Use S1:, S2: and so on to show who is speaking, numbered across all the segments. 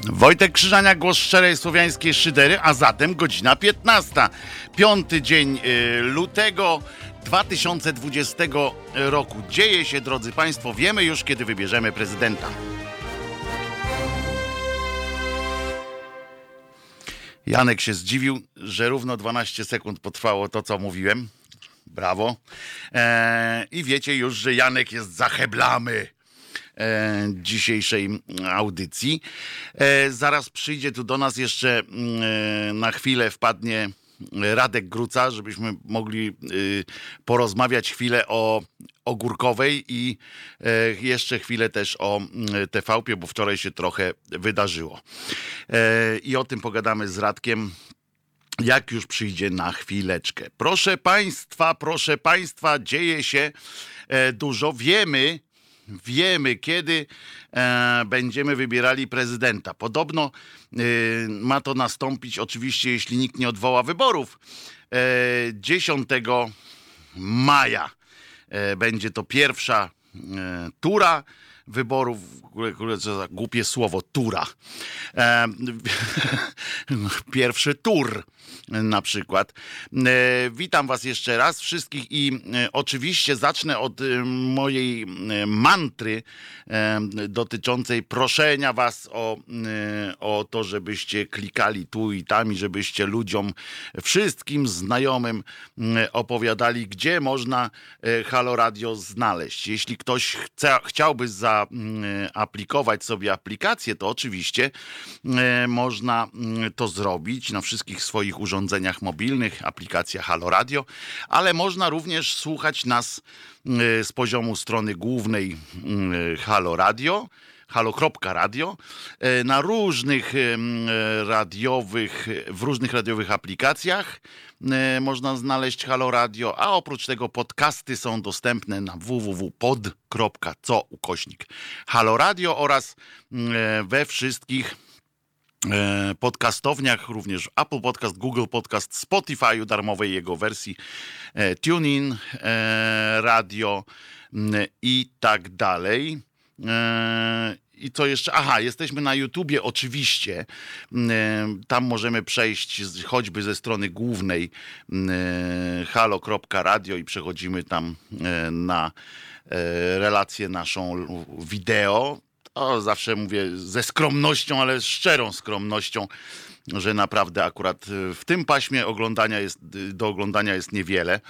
S1: Wojtek Krzyżania, głos szczerej słowiańskiej szydery, a zatem godzina 15. 5 dzień lutego 2020 roku. Dzieje się, drodzy Państwo, wiemy już, kiedy wybierzemy prezydenta. Janek się zdziwił, że równo 12 sekund potrwało to, co mówiłem. Brawo. I wiecie już, że Janek jest za heblamy dzisiejszej audycji. Zaraz przyjdzie tu do nas jeszcze na chwilę, wpadnie Radek Gruca, żebyśmy mogli porozmawiać chwilę o Ogórkowej i jeszcze chwilę też o TVP, bo wczoraj się trochę wydarzyło. I o tym pogadamy z Radkiem, jak już przyjdzie na chwileczkę. Proszę Państwa, dzieje się dużo. Wiemy, kiedy będziemy wybierali prezydenta. Podobno ma to nastąpić, oczywiście, jeśli nikt nie odwoła wyborów, 10 maja. Będzie to pierwsza tura wyborów, co za głupie słowo, tura. Pierwszy tur na przykład. Witam was jeszcze raz wszystkich i oczywiście zacznę od mojej mantry dotyczącej proszenia was o to, żebyście klikali tu i tam i żebyście ludziom, wszystkim znajomym opowiadali, gdzie można Halo Radio znaleźć. Jeśli ktoś chciałby zaaplikować sobie aplikację, to oczywiście można to zrobić na wszystkich swoich urządzeniach mobilnych, aplikacja Halo Radio, ale można również słuchać nas z poziomu strony głównej Halo Radio, halo.radio, na różnych w różnych radiowych aplikacjach można znaleźć Halo Radio, a oprócz tego podcasty są dostępne na www.pod.co/Halo Radio oraz we wszystkich podcastowniach, również Apple Podcast, Google Podcast, Spotify, darmowej jego wersji, TuneIn Radio i tak dalej. I co jeszcze? Aha, jesteśmy na YouTubie oczywiście. Tam możemy przejść choćby ze strony głównej halo.radio i przechodzimy tam na relację naszą wideo. O, zawsze mówię ze skromnością, ale z szczerą skromnością, że naprawdę akurat w tym paśmie do oglądania jest niewiele,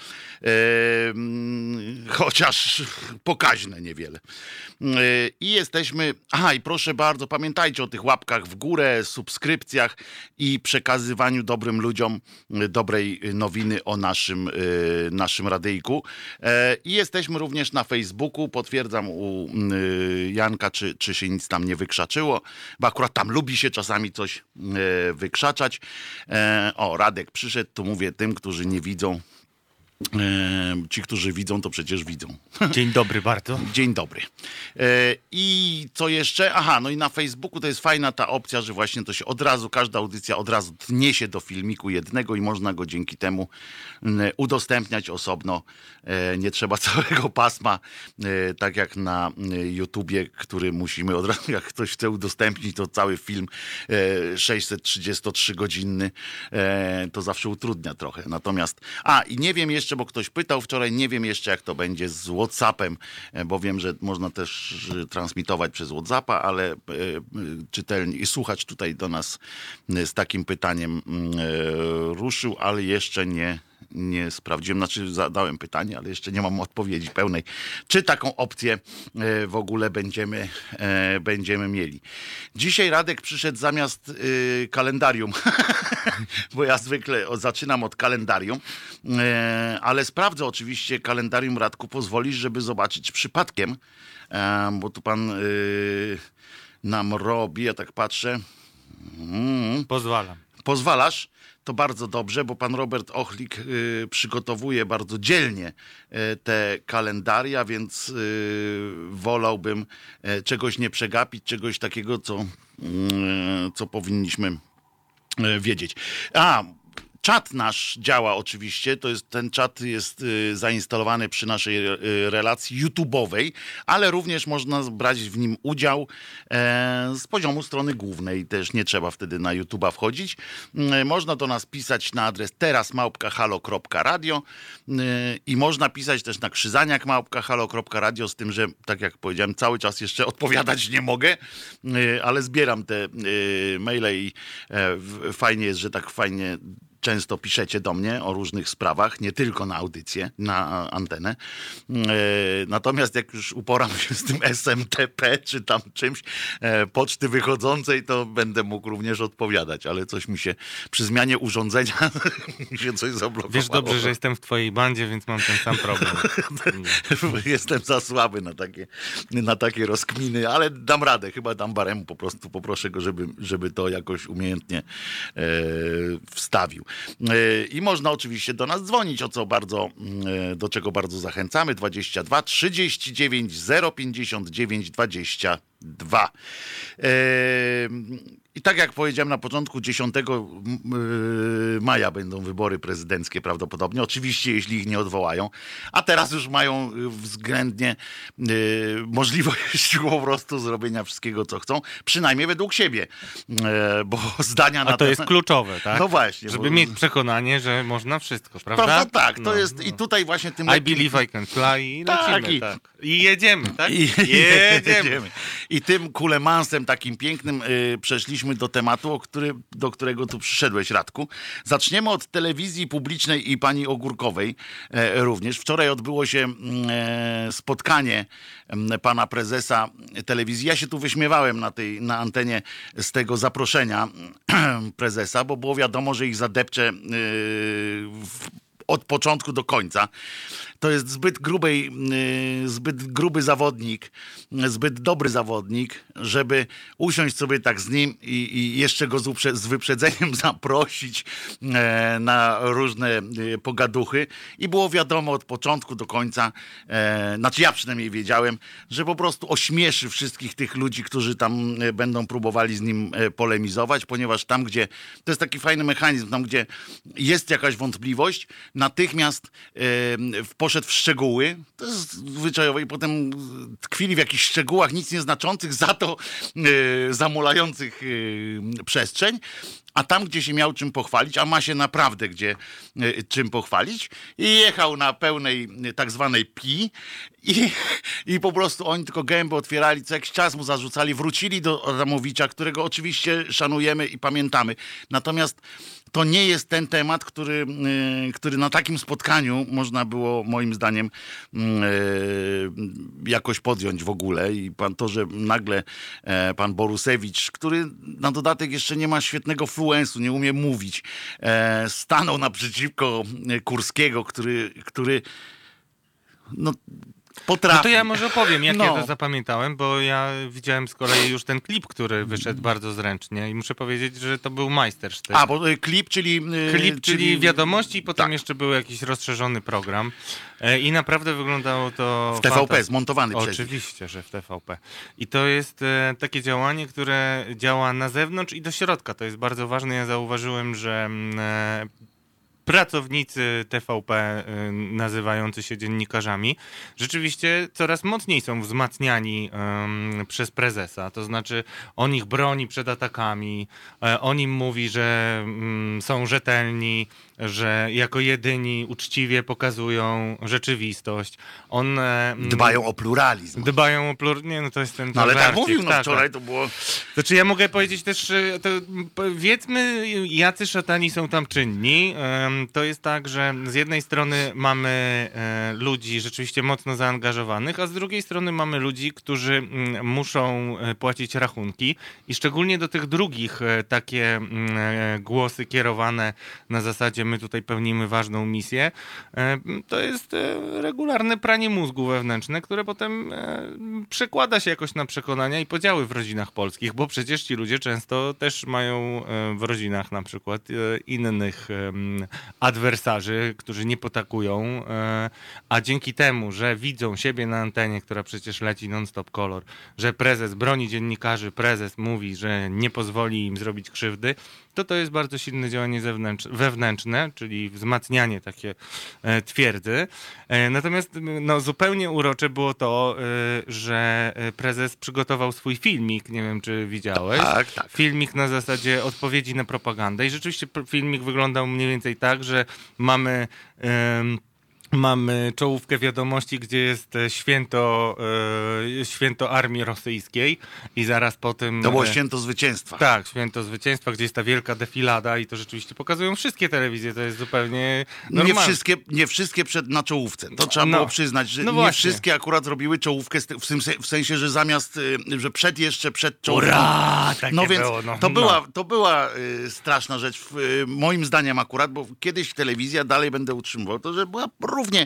S1: chociaż pokaźne niewiele. I jesteśmy, i proszę bardzo, pamiętajcie o tych łapkach w górę, subskrypcjach i przekazywaniu dobrym ludziom dobrej nowiny o naszym radyjku. I jesteśmy również na Facebooku, potwierdzam u Janka, czy się nic tam nie wykrzaczyło, bo akurat tam lubi się czasami coś wykrzaczać. Radek przyszedł, tu mówię tym, którzy nie widzą. Ci, którzy widzą, to przecież widzą.
S2: Dzień dobry bardzo.
S1: Dzień dobry. I co jeszcze? No i na Facebooku to jest fajna ta opcja, że właśnie to się każda audycja od razu tnie się do filmiku jednego i można go dzięki temu udostępniać osobno. Nie trzeba całego pasma, tak jak na YouTubie, który musimy od razu, jak ktoś chce udostępnić, to cały film 633-godzinny, to zawsze utrudnia trochę. Natomiast, i nie wiem jeszcze, bo ktoś pytał wczoraj, nie wiem jeszcze, jak to będzie z WhatsAppem, bo wiem, że można też transmitować przez WhatsAppa, ale czytelnik i słuchacz tutaj do nas z takim pytaniem ruszył, ale jeszcze nie sprawdziłem, znaczy zadałem pytanie, ale jeszcze nie mam odpowiedzi pełnej, czy taką opcję w ogóle będziemy mieli. Dzisiaj Radek przyszedł zamiast kalendarium, bo ja zwykle zaczynam od kalendarium, ale sprawdzę oczywiście kalendarium, Radku, pozwolisz, żeby zobaczyć przypadkiem, bo tu pan nam robi, ja tak patrzę.
S2: Pozwalam.
S1: Pozwalasz? To bardzo dobrze, bo pan Robert Ochlik przygotowuje bardzo dzielnie te kalendaria, więc wolałbym czegoś nie przegapić, czegoś takiego, co powinniśmy wiedzieć. Czat nasz działa oczywiście, ten czat jest zainstalowany przy naszej relacji YouTube'owej, ale również można brać w nim udział z poziomu strony głównej, też nie trzeba wtedy na YouTube'a wchodzić. Można do nas pisać na adres teraz@halo.radio i można pisać też na krzyzaniak@halo.radio, z tym, że tak jak powiedziałem, cały czas jeszcze odpowiadać nie mogę, ale zbieram te maile i fajnie jest, że tak fajnie często piszecie do mnie o różnych sprawach, nie tylko na audycję, na antenę. Natomiast jak już uporam się z tym SMTP, czy tam czymś poczty wychodzącej, to będę mógł również odpowiadać, ale coś mi się przy zmianie urządzenia mi się coś zablokowało.
S2: Wiesz dobrze, że jestem w twojej bandzie, więc mam ten sam problem.
S1: Jestem za słaby na takie rozkminy, ale dam radę. Chyba dam Baremu, po prostu poproszę go, żeby to jakoś umiejętnie wstawił. I można oczywiście do nas dzwonić, do czego bardzo zachęcamy. 22 39 059 22. I tak jak powiedziałem na początku, 10 maja będą wybory prezydenckie prawdopodobnie. Oczywiście, jeśli ich nie odwołają. A teraz już mają względnie możliwość po prostu zrobienia wszystkiego, co chcą. Przynajmniej według siebie. Bo zdania na
S2: to jest kluczowe, tak?
S1: No właśnie.
S2: Żeby mieć przekonanie, że można wszystko, prawda?
S1: Prawda, tak. To jest i tutaj właśnie tym...
S2: I believe I can fly i lecimy, tak. I jedziemy, tak?
S1: Jedziemy. I tym kulemansem takim pięknym przeszliśmy do tematu, do którego tu przyszedłeś, Radku. Zaczniemy od telewizji publicznej i pani Ogórkowej również. Wczoraj odbyło się spotkanie pana prezesa telewizji. Ja się tu wyśmiewałem na antenie z tego zaproszenia prezesa, bo było wiadomo, że ich zadepcze od początku do końca. To jest zbyt gruby zawodnik, zbyt dobry zawodnik, żeby usiąść sobie tak z nim i jeszcze go z wyprzedzeniem zaprosić na różne pogaduchy. I było wiadomo od początku do końca, znaczy ja przynajmniej wiedziałem, że po prostu ośmieszy wszystkich tych ludzi, którzy tam będą próbowali z nim polemizować, ponieważ tam, gdzie, to jest taki fajny mechanizm, tam, gdzie jest jakaś wątpliwość, natychmiast poszedł w szczegóły, to jest zwyczajowe, i potem tkwili w jakichś szczegółach nic nieznaczących, za to zamulających przestrzeń, a tam, gdzie się miał czym pochwalić, a ma się naprawdę czym pochwalić, i jechał na pełnej tak zwanej pi i po prostu oni tylko gęby otwierali, co jakiś czas mu zarzucali, wrócili do Adamowicza, którego oczywiście szanujemy i pamiętamy. Natomiast to nie jest ten temat, który na takim spotkaniu można było, moim zdaniem, jakoś podjąć w ogóle. I że nagle pan Borusewicz, który na dodatek jeszcze nie ma świetnego fluensu, nie umie mówić, stanął naprzeciwko Kurskiego, który potrafi.
S2: No to ja może opowiem, jak ja to zapamiętałem, bo ja widziałem z kolei już ten klip, który wyszedł bardzo zręcznie i muszę powiedzieć, że to był majstersztyk.
S1: A, bo klip, czyli
S2: wiadomości i potem jeszcze był jakiś rozszerzony program i naprawdę wyglądało to
S1: w TVP, zmontowany przez nich.
S2: Oczywiście, że w TVP. I to jest takie działanie, które działa na zewnątrz i do środka. To jest bardzo ważne. Ja zauważyłem, że pracownicy TVP nazywający się dziennikarzami rzeczywiście coraz mocniej są wzmacniani przez prezesa. To znaczy on ich broni przed atakami, on im mówi, że są rzetelni, że jako jedyni uczciwie pokazują rzeczywistość.
S1: Dbają o pluralizm.
S2: Nie, no to jest ten...
S1: ale
S2: żarcik,
S1: tak mówił,
S2: tak,
S1: wczoraj to było...
S2: Znaczy ja mogę powiedzieć też, powiedzmy, jacy szatani są tam czynni. To jest tak, że z jednej strony mamy ludzi rzeczywiście mocno zaangażowanych, a z drugiej strony mamy ludzi, którzy muszą płacić rachunki i szczególnie do tych drugich takie głosy kierowane na zasadzie my tutaj pełnimy ważną misję, to jest regularne pranie mózgu wewnętrzne, które potem przekłada się jakoś na przekonania i podziały w rodzinach polskich, bo przecież ci ludzie często też mają w rodzinach na przykład innych adwersarzy, którzy nie potakują, a dzięki temu, że widzą siebie na antenie, która przecież leci non-stop kolor, że prezes broni dziennikarzy, prezes mówi, że nie pozwoli im zrobić krzywdy, to jest bardzo silne działanie wewnętrzne, czyli wzmacnianie takie twierdzy. Natomiast zupełnie urocze było to, że prezes przygotował swój filmik, nie wiem czy widziałeś.
S1: Tak.
S2: Filmik na zasadzie odpowiedzi na propagandę i rzeczywiście filmik wyglądał mniej więcej tak, że mamy czołówkę wiadomości, gdzie jest święto armii rosyjskiej i zaraz po tym...
S1: To było święto zwycięstwa.
S2: Tak, święto zwycięstwa, gdzie jest ta wielka defilada i to rzeczywiście pokazują wszystkie telewizje, to jest zupełnie normalne.
S1: Nie wszystkie na czołówce, to trzeba było przyznać, że nie wszystkie akurat robiły czołówkę w sensie, że zamiast, że przed czołówką.
S2: Ura,
S1: no więc było, to była straszna rzecz, moim zdaniem akurat, bo kiedyś telewizja, dalej będę utrzymywał to, że była równie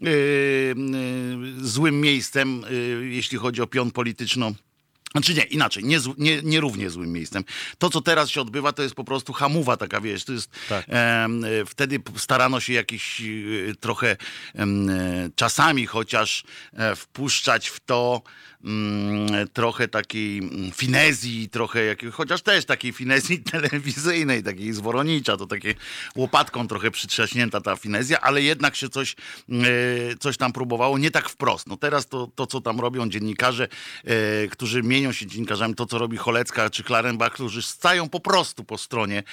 S1: złym miejscem, jeśli chodzi o pion polityczno. Znaczy nie, inaczej, nie równie złym miejscem. To, co teraz się odbywa, to jest po prostu hamuwa taka, wiesz, to jest, tak. Wtedy starano się jakiś trochę czasami chociaż wpuszczać w to trochę takiej finezji, chociaż też takiej finezji telewizyjnej, takiej zworonnicza, to takie łopatką trochę przytrzaśnięta ta finezja, ale jednak się coś tam próbowało, nie tak wprost. No teraz to co tam robią dziennikarze, którzy mienią się dziennikarzami, to co robi Cholecka czy Klarenbach, którzy stają po prostu po stronie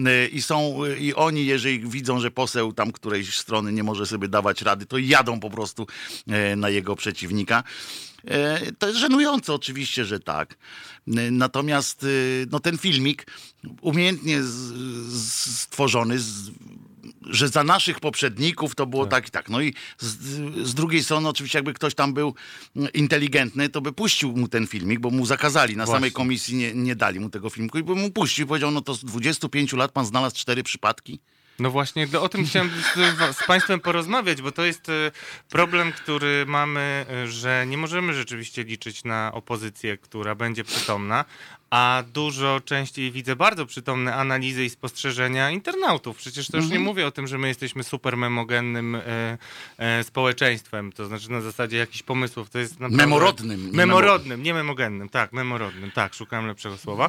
S1: i oni, jeżeli widzą, że poseł tam którejś strony nie może sobie dawać rady, to jadą po prostu na jego przeciwnika. To jest żenujące oczywiście, że tak. Natomiast ten filmik umiejętnie stworzony, że za naszych poprzedników to było tak i tak. No i z drugiej strony oczywiście jakby ktoś tam był inteligentny, to by puścił mu ten filmik, bo mu zakazali. Na samej komisji nie dali mu tego filmiku i by mu puścił. Powiedział, no to z 25 lat pan znalazł 4 przypadki.
S2: No właśnie, o tym chciałem z Państwem porozmawiać, bo to jest problem, który mamy, że nie możemy rzeczywiście liczyć na opozycję, która będzie przytomna, a dużo częściej widzę bardzo przytomne analizy i spostrzeżenia internautów. Przecież to już nie mówię o tym, że my jesteśmy super memogennym społeczeństwem, to znaczy na zasadzie jakichś pomysłów. To jest naprawdę... Memorodnym, nie memogennym, tak, memorodnym, tak, szukałem lepszego słowa.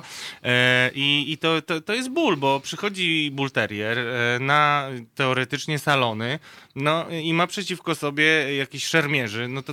S2: I to jest ból, bo przychodzi bulterier na teoretycznie salony, no i ma przeciwko sobie jakiś szermierzy, no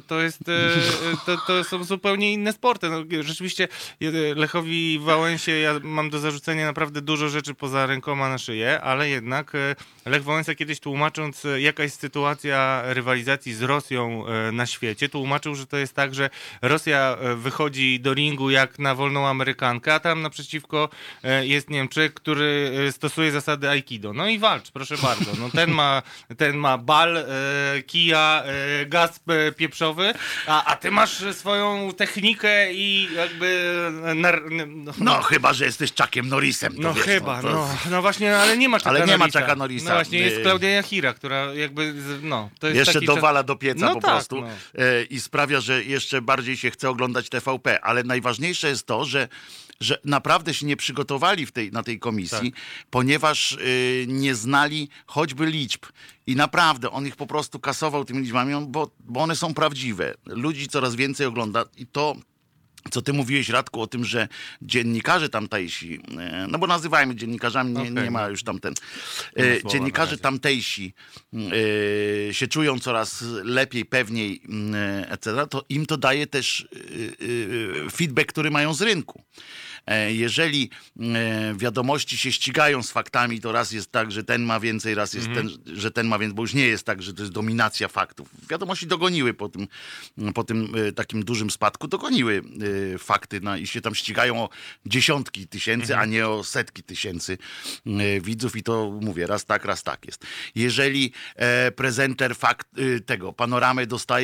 S2: to są zupełnie inne sporty. No, rzeczywiście Lechowi Wałęsie ja mam do zarzucenia naprawdę dużo rzeczy poza rękoma na szyję, ale jednak Lech Wałęsa kiedyś tłumacząc, jaka jest sytuacja rywalizacji z Rosją na świecie, tłumaczył, że to jest tak, że Rosja wychodzi do ringu jak na wolną Amerykankę, a tam naprzeciwko jest Niemczyk, który stosuje zasady Aikido. No i walcz, proszę bardzo. No ten ma bal, kija, gaz pieprzowy, a ty masz swoją technikę i jakby...
S1: No chyba, że jesteś Chuckiem Norrisem.
S2: No wiesz, chyba, no właśnie, ale nie ma Chucka
S1: Norrisa.
S2: No właśnie, jest Klaudia Jachira, która jakby, to jest
S1: jeszcze
S2: taki
S1: dowala do pieca po prostu.
S2: No.
S1: I sprawia, że jeszcze bardziej się chce oglądać TVP. Ale najważniejsze jest to, że naprawdę się nie przygotowali na tej komisji, ponieważ nie znali choćby liczb. I naprawdę on ich po prostu kasował tymi liczbami, bo one są prawdziwe. Ludzi coraz więcej ogląda i to, co ty mówiłeś, Radku, o tym, że dziennikarze tamtejsi, no bo nazywajmy dziennikarzami, nie ma już tamten, dziennikarze tamtejsi się czują coraz lepiej, pewniej, etc., to im to daje też feedback, który mają z rynku. Jeżeli wiadomości się ścigają z faktami, to raz jest tak, że ten ma więcej, raz jest że ten ma więcej, bo już nie jest tak, że to jest dominacja faktów. Wiadomości dogoniły po tym takim dużym spadku, dogoniły fakty i się tam ścigają o dziesiątki tysięcy, a nie o setki tysięcy widzów i to mówię, raz tak jest. Jeżeli prezenter Panoramy dostaje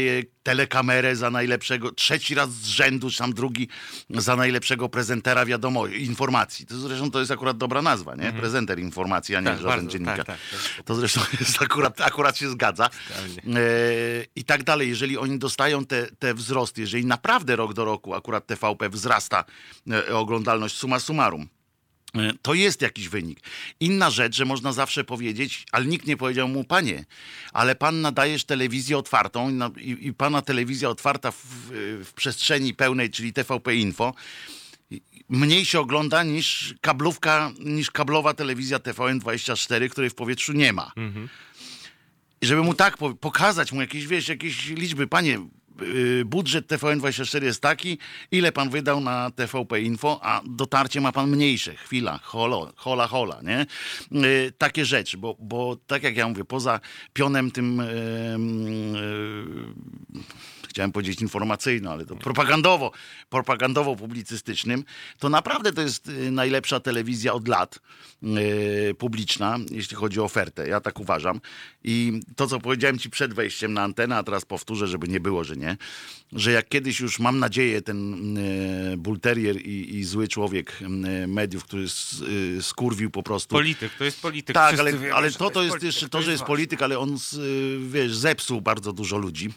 S1: telekamerę za najlepszego, trzeci raz z rzędu, czy tam drugi za najlepszego prezentera informacji. Zresztą to jest akurat dobra nazwa, nie? Prezenter informacji, a nie żaden dziennikarz.
S2: Tak.
S1: To zresztą jest akurat się zgadza. I tak dalej. Jeżeli oni dostają te wzrosty, jeżeli naprawdę rok do roku akurat TVP wzrasta oglądalność summa summarum, to jest jakiś wynik. Inna rzecz, że można zawsze powiedzieć, ale nikt nie powiedział mu, panie, ale pan nadajesz telewizję otwartą i pana telewizja otwarta w przestrzeni pełnej, czyli TVP Info, mniej się ogląda niż kablowa telewizja TVN24, której w powietrzu nie ma. I żeby mu tak pokazać mu jakieś liczby, panie, budżet TVN24 jest taki, ile pan wydał na TVP Info, a dotarcie ma pan mniejsze. Chwila, hola, nie? Takie rzeczy, bo tak jak ja mówię, poza pionem tym chciałem powiedzieć informacyjno, ale to propagandowo-publicystycznym, to naprawdę to jest najlepsza telewizja od lat publiczna, jeśli chodzi o ofertę. Ja tak uważam. I to, co powiedziałem ci przed wejściem na antenę, a teraz powtórzę, żeby nie było, że nie, że jak kiedyś już, mam nadzieję, ten bulterier i zły człowiek mediów, który skurwił po prostu.
S2: Polityk, to jest polityk.
S1: Tak, ale to jest jeszcze to, że jest polityk, ale on, wiesz, zepsuł bardzo dużo ludzi.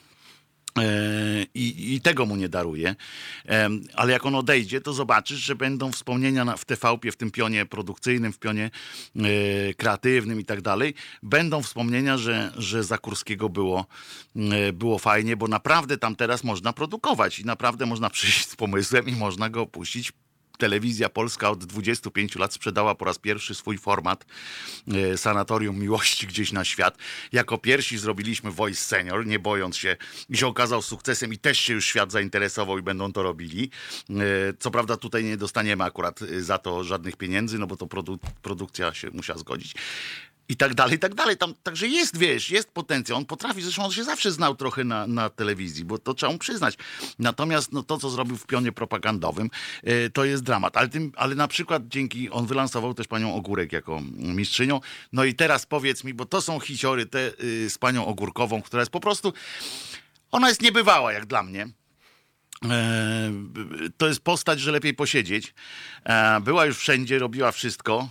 S1: I tego mu nie daruje. Ale jak on odejdzie, to zobaczysz, że będą wspomnienia w TVP, w tym pionie produkcyjnym, w pionie kreatywnym i tak dalej. Będą wspomnienia, że za Kurskiego było fajnie, bo naprawdę tam teraz można produkować i naprawdę można przyjść z pomysłem i można go opuścić. Telewizja Polska od 25 lat sprzedała po raz pierwszy swój format Sanatorium Miłości gdzieś na świat. Jako pierwsi zrobiliśmy Voice Senior, nie bojąc się, i się okazał sukcesem i też się już świat zainteresował i będą to robili. Co prawda tutaj nie dostaniemy akurat za to żadnych pieniędzy, no bo to produkcja się musiała zgodzić. I tak dalej, i tak dalej. Także jest, wiesz, jest potencjał. On potrafi, zresztą on się zawsze znał trochę na telewizji, bo to trzeba mu przyznać. Natomiast no, to, co zrobił w pionie propagandowym, to jest dramat. Ale na przykład on wylansował też panią Ogórek jako mistrzynią. No i teraz powiedz mi, bo to są hiciory te z panią Ogórkową, która jest po prostu, ona jest niebywała jak dla mnie. To jest postać, że lepiej posiedzieć. Była już wszędzie, robiła wszystko.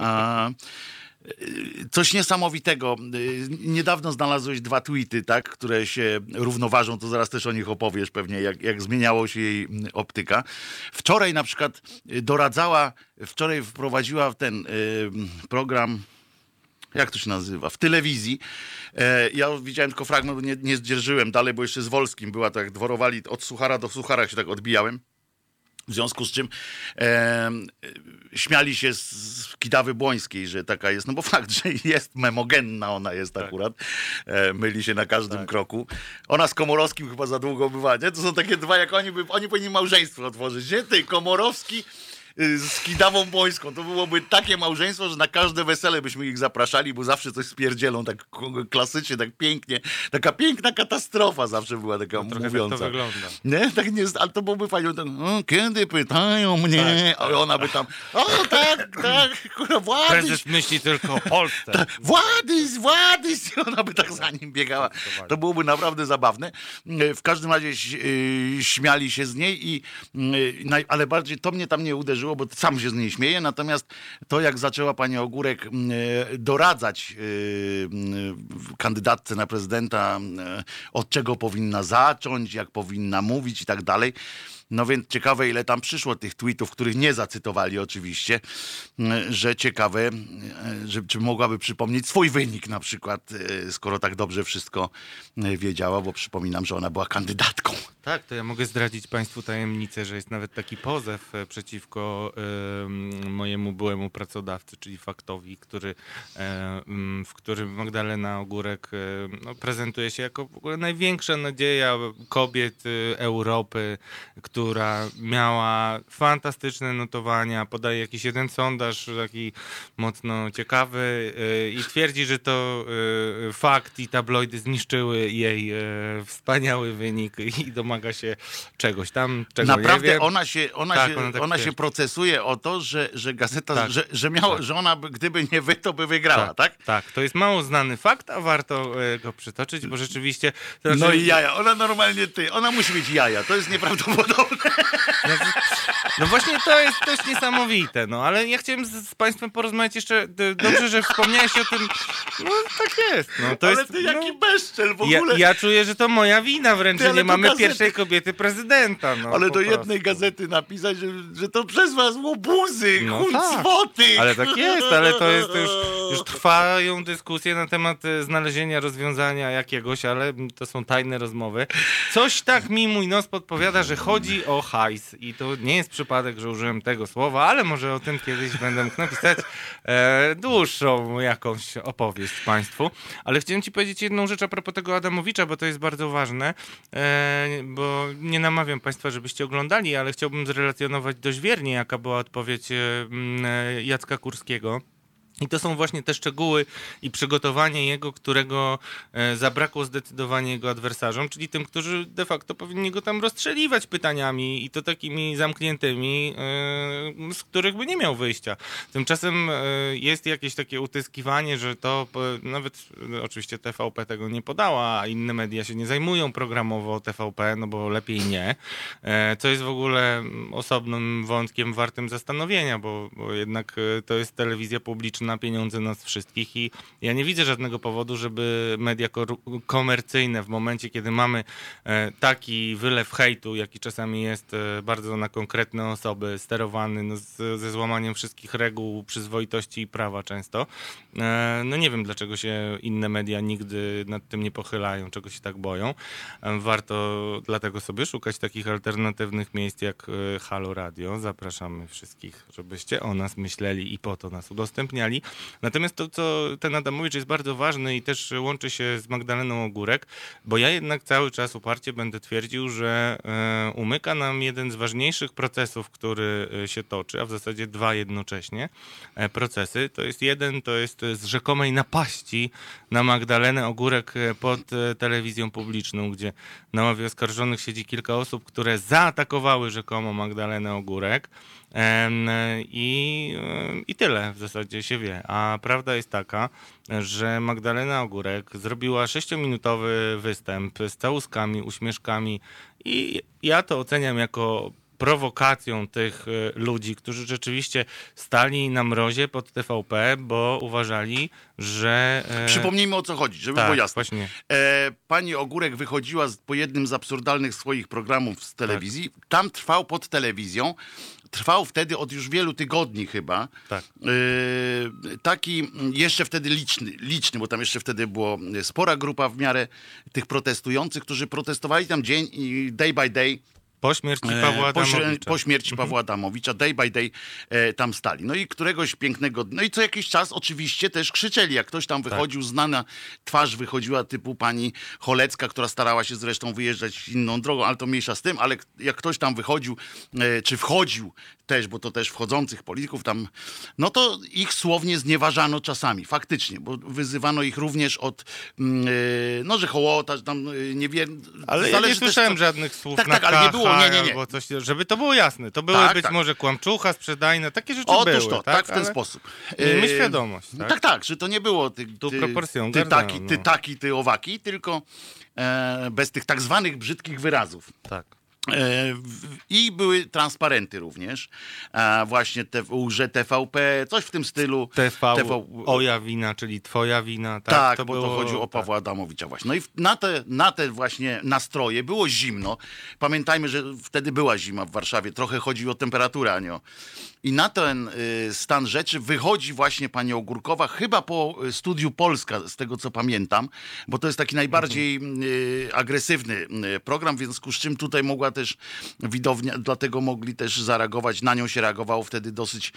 S1: Coś niesamowitego. Niedawno znalazłeś 2 tweety, tak, które się równoważą, to zaraz też o nich opowiesz pewnie, jak zmieniało się jej optyka. Wczoraj na przykład wczoraj wprowadziła ten program, jak to się nazywa, w telewizji. Ja widziałem tylko fragment, bo nie zdzierżyłem dalej, bo jeszcze z Wolskim była, tak dworowali od suchara do suchara, się tak odbijałem. W związku z czym śmiali się z Kidawy Błońskiej, że taka jest, no bo fakt, że jest memogenna, ona jest tak. Akurat. Myli się na każdym kroku. Ona z Komorowskim chyba za długo bywa, nie? To są takie dwa, jak oni powinni małżeństwo otworzyć, nie? Ty, Komorowski z Kidawą Błońską. To byłoby takie małżeństwo, że na każde wesele byśmy ich zapraszali, bo zawsze coś spierdzielą, tak klasycznie, tak pięknie. Taka piękna katastrofa zawsze była taka mówiąca.
S2: Tak to wygląda.
S1: Nie? Tak nie, ale to byłby fajnie. Tak, kiedy pytają mnie, tak. A ona by tam, tak, kurwa, Władys.
S2: Prezes myśli tylko o Polsce.
S1: Tak, Władys. I ona by tak za nim biegała. To byłoby naprawdę zabawne. W każdym razie śmiali się z niej, ale bardziej to mnie tam nie uderzyło, bo sam się z niej śmieję, natomiast to, jak zaczęła pani Ogórek doradzać kandydatce na prezydenta, od czego powinna zacząć, jak powinna mówić i tak dalej. No więc ciekawe, ile tam przyszło tych tweetów, których nie zacytowali oczywiście, że ciekawe, czy mogłaby przypomnieć swój wynik na przykład, skoro tak dobrze wszystko wiedziała, bo przypominam, że ona była kandydatką.
S2: Tak, to ja mogę zdradzić państwu tajemnicę, że jest nawet taki pozew przeciwko mojemu byłemu pracodawcy, czyli Faktowi, w którym Magdalena Ogórek prezentuje się jako w ogóle największa nadzieja kobiet Europy, która miała fantastyczne notowania, podaje jakiś jeden sondaż taki mocno ciekawy i twierdzi, że to fakt i tabloidy zniszczyły jej wspaniały wynik i domaga się czegoś tam, czego
S1: naprawdę
S2: nie wiem.
S1: Ona się procesuje o to, że gazeta, że ona gdyby nie wy, to by wygrała, tak?
S2: Tak, to jest mało znany fakt, a warto go przytoczyć, bo rzeczywiście...
S1: No i jaja, ona musi mieć jaja, to jest nieprawdopodobne.
S2: No właśnie to jest też niesamowite, no ale ja chciałem z państwem porozmawiać jeszcze, dobrze, że wspomniałeś o tym, no tak jest. No, to
S1: ale
S2: jest,
S1: ty jaki bezczel w ogóle.
S2: Ja czuję, że to moja wina wręcz, że nie mamy
S1: gazety...
S2: pierwszej kobiety prezydenta. No,
S1: ale do jednej gazety napisać, że to przez was łobuzy, huncwoty.
S2: Tak. Ale tak jest, ale to jest już trwają dyskusje na temat znalezienia rozwiązania jakiegoś, ale to są tajne rozmowy. Coś tak mi mój nos podpowiada, że chodzi o hajs i to nie jest przypadek, że użyłem tego słowa, ale może o tym kiedyś będę mógł napisać dłuższą jakąś opowieść państwu. Ale chciałem ci powiedzieć jedną rzecz a propos tego Adamowicza, bo to jest bardzo ważne, bo nie namawiam państwa, żebyście oglądali, ale chciałbym zrelacjonować dość wiernie, jaka była odpowiedź Jacka Kurskiego. I to są właśnie te szczegóły i przygotowanie jego, którego zabrakło zdecydowanie jego adwersarzom, czyli tym, którzy de facto powinni go tam rozstrzeliwać pytaniami i to takimi zamkniętymi, z których by nie miał wyjścia. Tymczasem jest jakieś takie utyskiwanie, że to nawet oczywiście TVP tego nie podała, a inne media się nie zajmują programowo TVP, no bo lepiej nie, co jest w ogóle osobnym wątkiem wartym zastanowienia, bo jednak to jest telewizja publiczna, na pieniądze nas wszystkich i ja nie widzę żadnego powodu, żeby media komercyjne w momencie, kiedy mamy taki wylew hejtu, jaki czasami jest bardzo na konkretne osoby, sterowany no, ze złamaniem wszystkich reguł, przyzwoitości i prawa często, no nie wiem, dlaczego się inne media nigdy nad tym nie pochylają, czego się tak boją. Warto dlatego sobie szukać takich alternatywnych miejsc jak Halo Radio. Zapraszamy wszystkich, żebyście o nas myśleli i po to nas udostępniali. Natomiast to, co ten Adamowicz jest bardzo ważny i też łączy się z Magdaleną Ogórek, bo ja jednak cały czas uparcie będę twierdził, że umyka nam jeden z ważniejszych procesów, który się toczy, a w zasadzie dwa jednocześnie procesy. To jest z rzekomej napaści na Magdalenę Ogórek pod telewizją publiczną, gdzie na ławie oskarżonych siedzi kilka osób, które zaatakowały rzekomo Magdalenę Ogórek. I tyle w zasadzie się wie. A prawda jest taka, że Magdalena Ogórek zrobiła 6-minutowy występ z całuskami, uśmieszkami i ja to oceniam jako prowokacją tych ludzi, którzy rzeczywiście stali na mrozie pod TVP, bo uważali, że...
S1: Przypomnijmy, o co chodzi, żeby było jasne.
S2: Właśnie.
S1: Pani Ogórek wychodziła po jednym z absurdalnych swoich programów z telewizji. Tak. Tam trwał pod telewizją. Trwał wtedy od już wielu tygodni chyba. Tak. Taki jeszcze wtedy liczny, bo tam jeszcze wtedy była spora grupa w miarę tych protestujących, którzy protestowali tam dzień i day by day.
S2: Po śmierci Pawła Adamowicza.
S1: Po śmierci Pawła Adamowicza, day by day tam stali. No i któregoś pięknego... No i co jakiś czas oczywiście też krzyczeli. Jak ktoś tam wychodził, znana twarz wychodziła typu pani Cholecka, która starała się zresztą wyjeżdżać inną drogą, ale to mniejsza z tym, ale jak ktoś tam wychodził, czy wchodził też, bo to też wchodzących polityków tam, no to ich słownie znieważano czasami, faktycznie, bo wyzywano ich również od, no że hołota, że tam nie wiem...
S2: Ale ja nie słyszałem żadnych słów
S1: tak, ale nie było, nie.
S2: Albo coś, żeby to było jasne. To były być może kłamczucha, sprzedajne, takie rzeczy były.
S1: Otóż to, tak w ten sposób.
S2: Miejmy świadomość.
S1: Tak, że to nie było ty taki, ty owaki, tylko bez tych tak zwanych brzydkich wyrazów.
S2: Tak.
S1: I były transparenty również. Właśnie że TVP, coś w tym stylu.
S2: Oja wina, czyli twoja wina.
S1: Tak, bo to chodziło o Pawła Adamowicza właśnie. No i na te właśnie nastroje było zimno. Pamiętajmy, że wtedy była zima w Warszawie. Trochę chodzi o temperaturę, a nie o... I na ten stan rzeczy wychodzi właśnie pani Ogórkowa, chyba po Studiu Polska, z tego co pamiętam, bo to jest taki najbardziej agresywny program, w związku z czym tutaj mogła też widownia, dlatego mogli też zareagować, na nią się reagowało wtedy dosyć...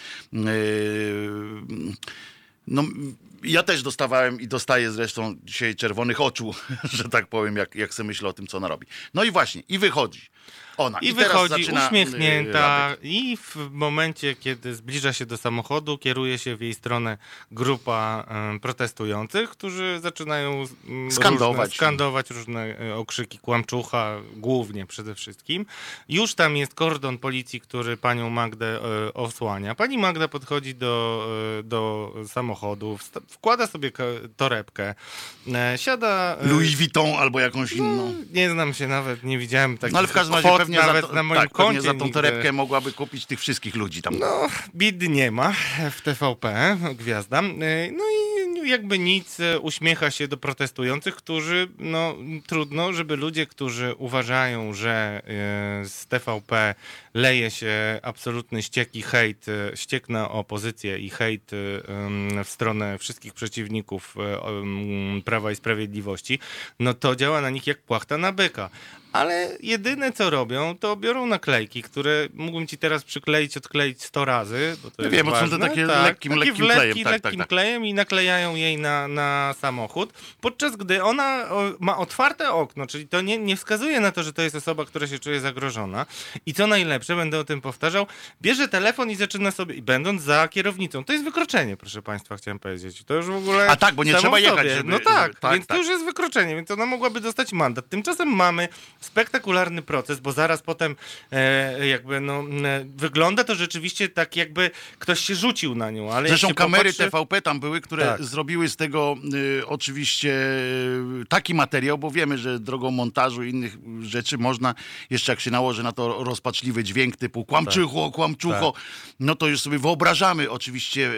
S1: No, ja też dostawałem i dostaję zresztą dzisiaj czerwonych oczu, że tak powiem, jak sobie myślę o tym, co ona robi. No i właśnie, i wychodzi.
S2: I
S1: teraz
S2: wychodzi
S1: zaczyna,
S2: uśmiechnięta
S1: Radek.
S2: i w momencie, kiedy zbliża się do samochodu, kieruje się w jej stronę grupa protestujących, którzy zaczynają skandować różne okrzyki kłamczucha, głównie przede wszystkim. Już tam jest kordon policji, który panią Magdę osłania. Pani Magda podchodzi do samochodu, wkłada sobie torebkę, siada...
S1: Louis Vuitton albo jakąś inną.
S2: Nie znam się nawet, nie widziałem takich
S1: Ale w każdym razie pewnie
S2: nawet na moim koncie
S1: pewnie za tą
S2: nigdy.
S1: torebkę mogłaby kupić tych wszystkich ludzi tam.
S2: No, bidy nie ma w TVP, gwiazda. No i jakby nic, uśmiecha się do protestujących, którzy, no trudno, żeby ludzie, którzy uważają, że z TVP leje się absolutny ściek i hejt, ściek na opozycję i hejt w stronę wszystkich przeciwników Prawa i Sprawiedliwości, no to działa na nich jak płachta na byka. Ale jedyne co robią, to biorą naklejki, które mógłbym ci teraz przykleić, odkleić 100 razy. Bo to jest
S1: wiem, bo są to
S2: ważne.
S1: takie lekkim klejem.
S2: Lekkim klejem i naklejają jej na samochód, podczas gdy ona ma otwarte okno, czyli to nie wskazuje na to, że to jest osoba, która się czuje zagrożona. I co najlepsze, będę o tym powtarzał, bierze telefon i zaczyna sobie, i będąc za kierownicą, to jest wykroczenie, proszę państwa, chciałem powiedzieć. To już w ogóle...
S1: A tak, bo nie trzeba jechać, żeby...
S2: No tak,
S1: tak,
S2: więc to już jest wykroczenie, więc ona mogłaby dostać mandat. Tymczasem mamy spektakularny proces, bo zaraz potem wygląda to rzeczywiście tak, jakby ktoś się rzucił na nią. Ale
S1: zresztą
S2: jak się
S1: kamery
S2: popatrzy...
S1: TVP tam były, które zrobiły z tego oczywiście taki materiał, bo wiemy, że drogą montażu i innych rzeczy można, jeszcze jak się nałoży na to rozpaczliwy dźwięk typu kłamczucho, no to już sobie wyobrażamy oczywiście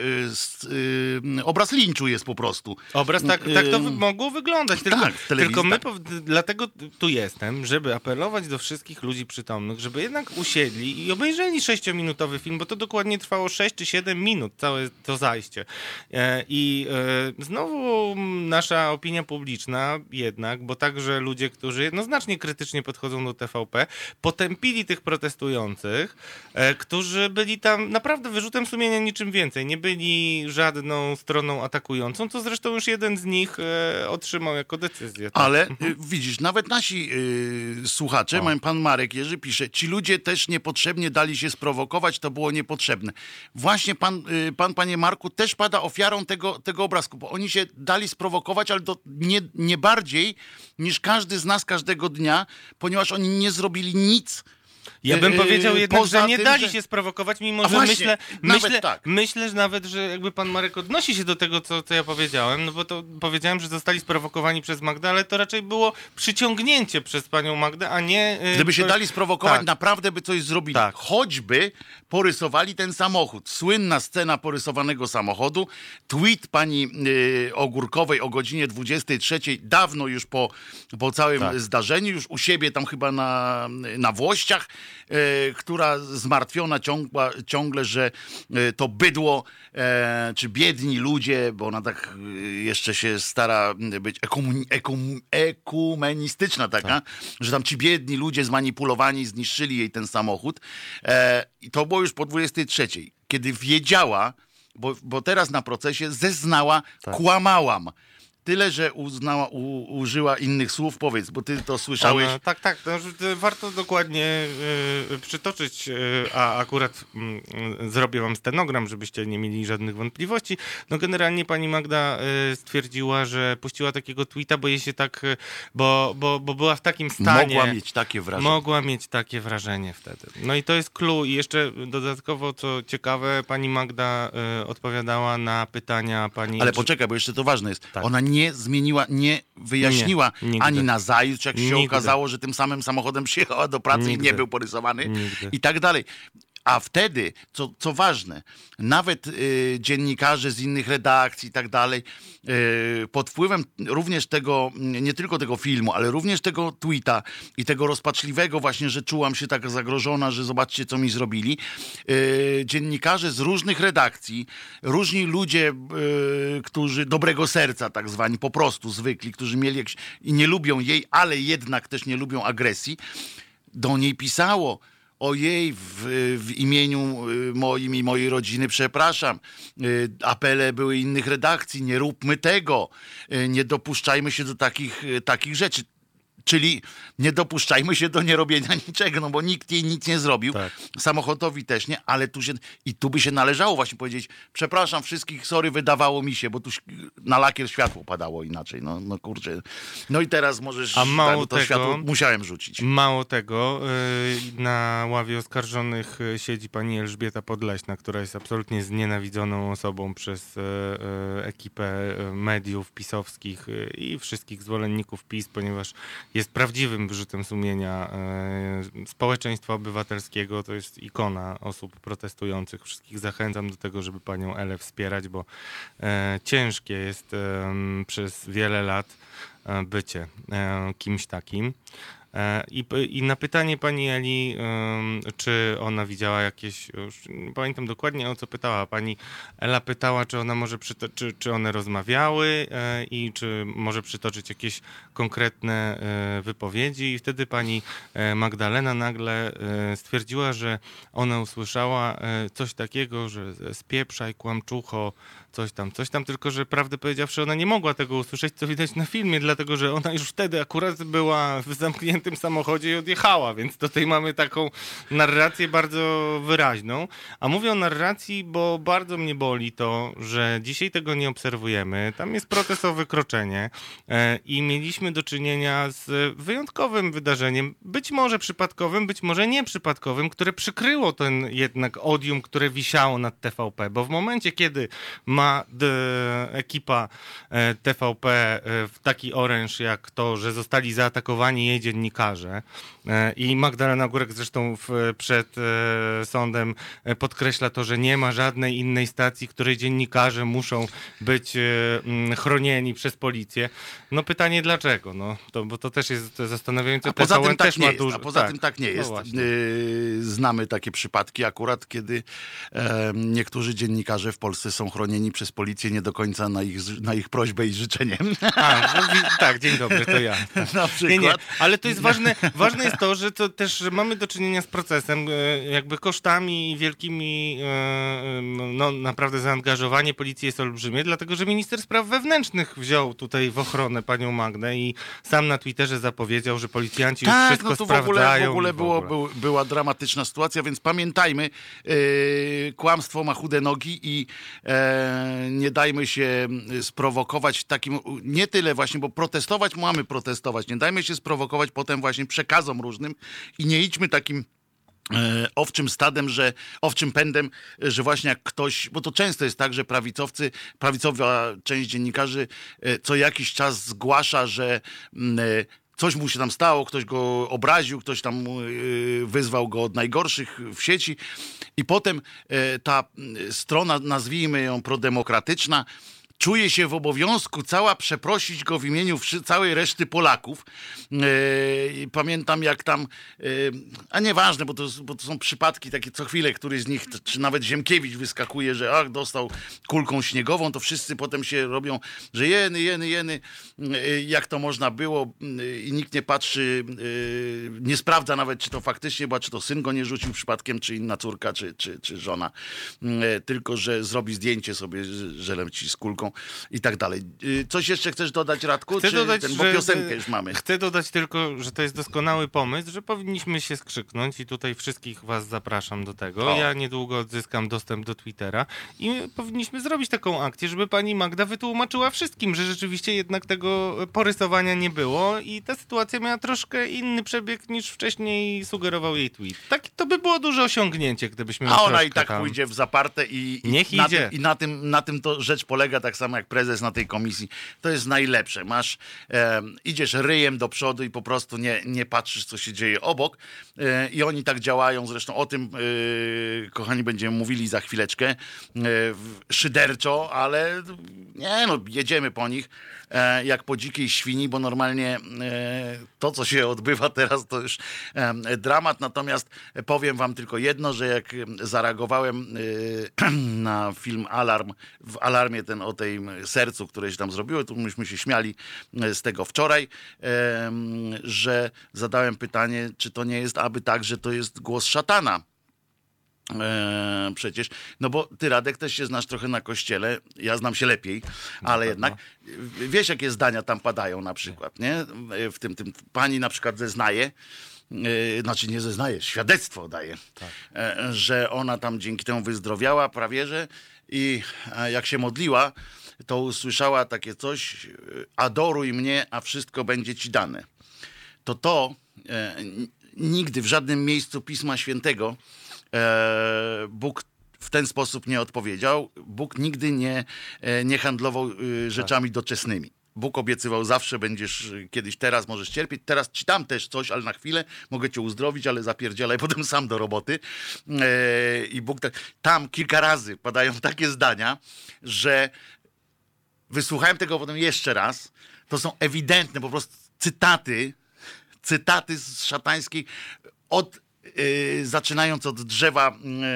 S1: obraz linczu jest po prostu.
S2: Obraz tak to mogło wyglądać. Tylko my, dlatego tu jestem, żeby apelować do wszystkich ludzi przytomnych, żeby jednak usiedli i obejrzeli 6-minutowy film, bo to dokładnie trwało 6 czy 7 minut, całe to zajście. I znowu nasza opinia publiczna jednak, bo także ludzie, którzy jednoznacznie krytycznie podchodzą do TVP, potępili tych protestujących, którzy byli tam naprawdę wyrzutem sumienia niczym więcej. Nie byli żadną stroną atakującą, co zresztą już jeden z nich otrzymał jako decyzję. Tak?
S1: Ale widzisz, nawet nasi słuchacze, pan Marek Jerzy pisze, ci ludzie też niepotrzebnie dali się sprowokować, to było niepotrzebne. Właśnie pan, panie Marku, też pada ofiarą tego obrazku, bo oni się dali sprowokować, ale nie bardziej niż każdy z nas każdego dnia, ponieważ oni nie zrobili nic.
S2: Ja bym powiedział jednak, że nie
S1: tym,
S2: dali się sprowokować, mimo że
S1: właśnie,
S2: myślę, że nawet, że jakby pan Marek odnosi się do tego, co ja powiedziałem, no bo to powiedziałem, że zostali sprowokowani przez Magdę, ale to raczej było przyciągnięcie przez panią Magdę, a nie...
S1: Gdyby się dali sprowokować, naprawdę by coś zrobili. Tak. Choćby porysowali ten samochód. Słynna scena porysowanego samochodu. Tweet pani Ogórkowej o godzinie 23, dawno już po całym zdarzeniu, już u siebie tam chyba na Włościach, która zmartwiona ciągle, że to bydło, czy biedni ludzie, bo ona tak jeszcze się stara być ekumenistyczna taka, że tam ci biedni ludzie zmanipulowani zniszczyli jej ten samochód. I to było już po 23. Kiedy wiedziała, bo teraz na procesie zeznała, kłamałam. Tyle, że użyła innych słów, powiedz, bo ty to słyszałeś.
S2: Tak, to warto dokładnie przytoczyć, a akurat zrobię wam stenogram, żebyście nie mieli żadnych wątpliwości. No generalnie pani Magda stwierdziła, że puściła takiego tweeta, bo jej się tak, bo była w takim stanie. Mogła mieć takie wrażenie wtedy. No i to jest clue. I jeszcze dodatkowo, co ciekawe, pani Magda odpowiadała na pytania pani...
S1: Ale poczekaj, bo jeszcze to ważne jest. Ona nie zmieniła, nie wyjaśniła ani nazajutrz, jak się okazało, że tym samym samochodem przyjechała do pracy i nie był porysowany i tak dalej. A wtedy, co ważne, nawet dziennikarze z innych redakcji i tak dalej, pod wpływem również tego, nie tylko tego filmu, ale również tego tweeta i tego rozpaczliwego właśnie, że czułam się tak zagrożona, że zobaczcie, co mi zrobili, dziennikarze z różnych redakcji, różni ludzie, którzy dobrego serca tak zwani, po prostu zwykli, którzy mieli jakieś, i nie lubią jej, ale jednak też nie lubią agresji, do niej pisało: ojej, w imieniu moim i mojej rodziny przepraszam. Apele były innych redakcji, nie róbmy tego, nie dopuszczajmy się do takich rzeczy. Czyli nie dopuszczajmy się do nierobienia niczego, no bo nikt jej nic nie zrobił.
S2: Tak.
S1: Samochodowi też nie, ale tu by się należało właśnie powiedzieć, przepraszam wszystkich, sorry, wydawało mi się, bo tu na lakier światło padało inaczej. No kurczę. No i teraz możesz...
S2: A mało
S1: to
S2: tego,
S1: światło musiałem rzucić.
S2: Mało tego, na ławie oskarżonych siedzi pani Elżbieta Podleśna, która jest absolutnie znienawidzoną osobą przez ekipę mediów pisowskich i wszystkich zwolenników PiS, ponieważ jest prawdziwym wyrzutem sumienia społeczeństwa obywatelskiego. To jest ikona osób protestujących. Wszystkich zachęcam do tego, żeby panią Elę wspierać, bo ciężkie jest przez wiele lat bycie kimś takim. I na pytanie pani Eli, czy ona widziała jakieś, już nie pamiętam dokładnie o co pytała, pani Ela pytała, czy ona może czy one rozmawiały i czy może przytoczyć jakieś konkretne wypowiedzi i wtedy pani Magdalena nagle stwierdziła, że ona usłyszała coś takiego, że spieprzaj, kłamczucho, coś tam, tylko że prawdę powiedziawszy ona nie mogła tego usłyszeć, co widać na filmie, dlatego że ona już wtedy akurat była w zamkniętym samochodzie i odjechała, więc tutaj mamy taką narrację bardzo wyraźną. A mówię o narracji, bo bardzo mnie boli to, że dzisiaj tego nie obserwujemy. Tam jest protest o wykroczenie i mieliśmy do czynienia z wyjątkowym wydarzeniem, być może przypadkowym, być może nieprzypadkowym, które przykryło ten jednak odium, które wisiało nad TVP, bo w momencie, kiedy ma ekipa TVP w taki oręż jak to, że zostali zaatakowani jej dziennikarze i Magdalena Górek zresztą przed sądem podkreśla to, że nie ma żadnej innej stacji, której dziennikarze muszą być chronieni przez policję. No pytanie dlaczego? No, bo to też jest zastanawiające.
S1: A poza tym
S2: też
S1: tak nie
S2: ma
S1: jest.
S2: dużo...
S1: A poza tym tak nie jest.
S2: No
S1: znamy takie przypadki akurat, kiedy niektórzy dziennikarze w Polsce są chronieni przez policję nie do końca na ich prośbę i życzenie.
S2: Tak, dzień dobry, to ja. Tak.
S1: Na przykład.
S2: Nie, ale to jest ważne. Ważne jest to, że to też że mamy do czynienia z procesem, jakby kosztami i wielkimi, no naprawdę zaangażowanie policji jest olbrzymie, dlatego że minister spraw wewnętrznych wziął tutaj w ochronę panią Magdę i sam na Twitterze zapowiedział, że policjanci już wszystko
S1: no to
S2: sprawdzają.
S1: w ogóle była dramatyczna sytuacja, więc pamiętajmy, kłamstwo ma chude nogi i nie dajmy się sprowokować takim, nie tyle właśnie, bo protestować mamy protestować, nie dajmy się sprowokować potem właśnie przekazom różnym i nie idźmy takim owczym pędem, że właśnie jak ktoś, bo to często jest tak, że prawicowa część dziennikarzy co jakiś czas zgłasza, że coś mu się tam stało, ktoś go obraził, ktoś tam wyzwał go od najgorszych w sieci i potem ta strona, nazwijmy ją prodemokratyczna, czuje się w obowiązku przeprosić go w imieniu całej reszty Polaków. Pamiętam jak tam, a nieważne, bo to są przypadki takie co chwilę, któryś z nich, czy nawet Ziemkiewicz wyskakuje, że dostał kulką śniegową, to wszyscy potem się robią, że jeny, jak to można było i nikt nie patrzy, nie sprawdza nawet, czy to faktycznie była, czy to syn go nie rzucił przypadkiem, czy inna córka, czy żona, tylko że zrobi zdjęcie sobie, że leci z kulką i tak dalej. Coś jeszcze chcesz dodać, Radku? Bo piosenkę już mamy.
S2: Chcę dodać tylko, że to jest doskonały pomysł, że powinniśmy się skrzyknąć i tutaj wszystkich was zapraszam do tego. Ja niedługo odzyskam dostęp do Twittera i powinniśmy zrobić taką akcję, żeby pani Magda wytłumaczyła wszystkim, że rzeczywiście jednak tego porysowania nie było i ta sytuacja miała troszkę inny przebieg niż wcześniej sugerował jej tweet. Tak, to by było duże osiągnięcie, gdybyśmy...
S1: A ona i tak pójdzie w zaparte i
S2: niech idzie.
S1: Na tym to rzecz polega, tak samo jak prezes na tej komisji. To jest najlepsze. Idziesz ryjem do przodu i po prostu nie patrzysz, co się dzieje obok. I oni tak działają. Zresztą o tym, kochani, będziemy mówili za chwileczkę. Szyderczo, ale jedziemy po nich jak po dzikiej świni, bo normalnie to, co się odbywa teraz, to już dramat. Natomiast powiem wam tylko jedno, że jak zareagowałem na film Alarm, w Alarmie o tej sercu, które się tam zrobiło, to myśmy się śmiali z tego wczoraj, że zadałem pytanie, czy to nie jest aby tak, że to jest głos szatana. Przecież, no bo ty, Radek, też się znasz trochę na Kościele, ja znam się lepiej, ale jednak wiesz, jakie zdania tam padają na przykład, nie? W tym pani na przykład zeznaje, znaczy nie zeznaje, świadectwo daje, że ona tam dzięki temu wyzdrowiała prawie, że i jak się modliła, to usłyszała takie coś: adoruj mnie, a wszystko będzie ci dane. Nigdy w żadnym miejscu Pisma Świętego Bóg w ten sposób nie odpowiedział. Bóg nigdy nie handlował rzeczami doczesnymi. Bóg obiecywał zawsze: będziesz kiedyś, teraz możesz cierpieć, teraz ci dam też coś, ale na chwilę mogę cię uzdrowić, ale zapierdzielaj potem sam do roboty. I Bóg tam kilka razy padają takie zdania, że wysłuchałem tego potem jeszcze raz. To są ewidentne po prostu cytaty z szatańskiej, zaczynając od drzewa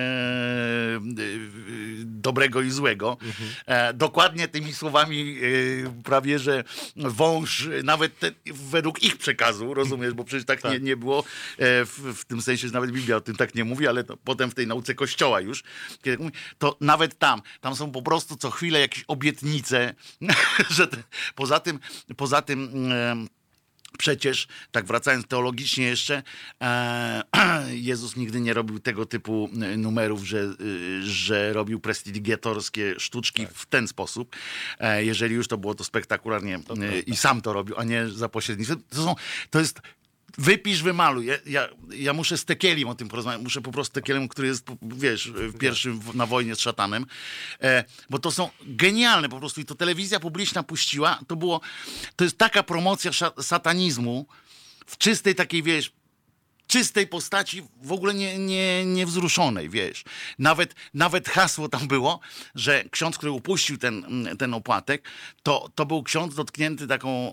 S1: dobrego i złego. Dokładnie tymi słowami prawie, że wąż, nawet według ich przekazu, rozumiesz, bo przecież tak. Nie było, w tym sensie, że nawet Biblia o tym tak nie mówi, ale potem w tej nauce Kościoła już, kiedy mówi, to nawet tam są po prostu co chwilę jakieś obietnice, że poza tym przecież, tak wracając teologicznie jeszcze, Jezus nigdy nie robił tego typu numerów, że robił prestidigitorskie sztuczki w ten sposób. Jeżeli już, to było to spektakularnie i sam to robił, a nie za pośrednictwem. To jest wypisz, wymaluj. Ja muszę z Tekielim o tym porozmawiać. Muszę po prostu Tekielem, który jest, wiesz, pierwszym na wojnie z szatanem. Bo to są genialne po prostu. I to telewizja publiczna puściła. To jest taka promocja satanizmu w czystej takiej, wiesz, czystej postaci, w ogóle niewzruszonej, wiesz. Nawet hasło tam było, że ksiądz, który upuścił ten opłatek, to był ksiądz dotknięty taką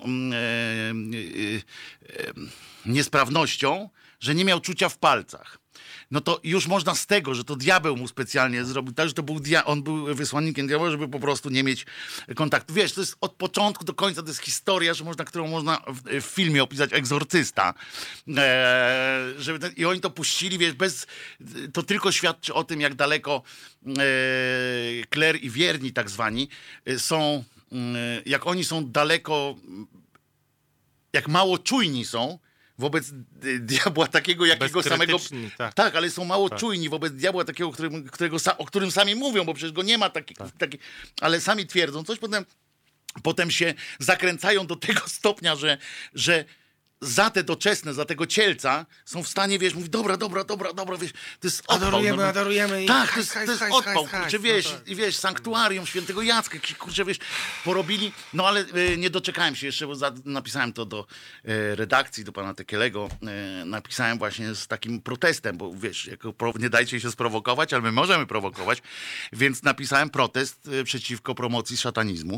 S1: niesprawnością, że nie miał czucia w palcach. No to już można z tego, że to diabeł mu specjalnie zrobił, tak, że to był on był wysłannikiem diabła, żeby po prostu nie mieć kontaktu. Wiesz, to jest od początku do końca, to jest historia, którą można w filmie opisać, Egzorcysta. I oni to puścili, wiesz, to tylko świadczy o tym, jak daleko kler i wierni tak zwani są, jak oni są daleko, jak mało czujni są wobec diabła takiego, jakiego samego... Tak, ale są mało czujni wobec diabła takiego, o którym sami mówią, bo przecież go nie ma ale sami twierdzą coś, potem się zakręcają do tego stopnia, że za te doczesne, za tego cielca są w stanie, wiesz, mówić, dobra, wiesz, to jest odpał.
S2: Adorujemy.
S1: Tak, to jest odpał, kurczę, wiesz, sanktuarium świętego Jacka, kurczę, wiesz, porobili, no ale nie doczekałem się jeszcze, bo napisałem to do redakcji, do pana Tekielego, napisałem właśnie z takim protestem, bo wiesz, nie dajcie się sprowokować, ale my możemy prowokować, więc napisałem protest przeciwko promocji szatanizmu.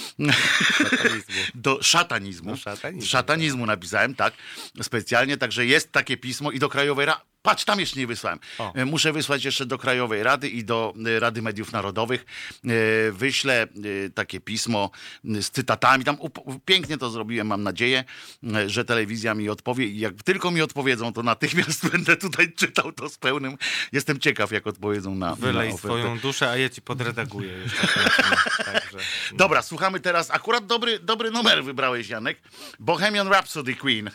S1: Do szatanizmu. Szatanizmu napisałem, tak, specjalnie, także jest takie pismo i do Krajowej Rady. Patrz, tam jeszcze nie wysłałem. Muszę wysłać jeszcze do Krajowej Rady i do Rady Mediów Narodowych. Wyślę takie pismo z cytatami. Tam pięknie to zrobiłem, mam nadzieję, że telewizja mi odpowie i jak tylko mi odpowiedzą, to natychmiast będę tutaj czytał to z pełnym. Jestem ciekaw, jak odpowiedzą na
S2: Wylej swoją duszę, a ja ci podredaguję jeszcze. Także...
S1: Dobra, słuchamy teraz. Akurat dobry numer wybrałeś, Janek. Bohemian Rhapsody, Queen.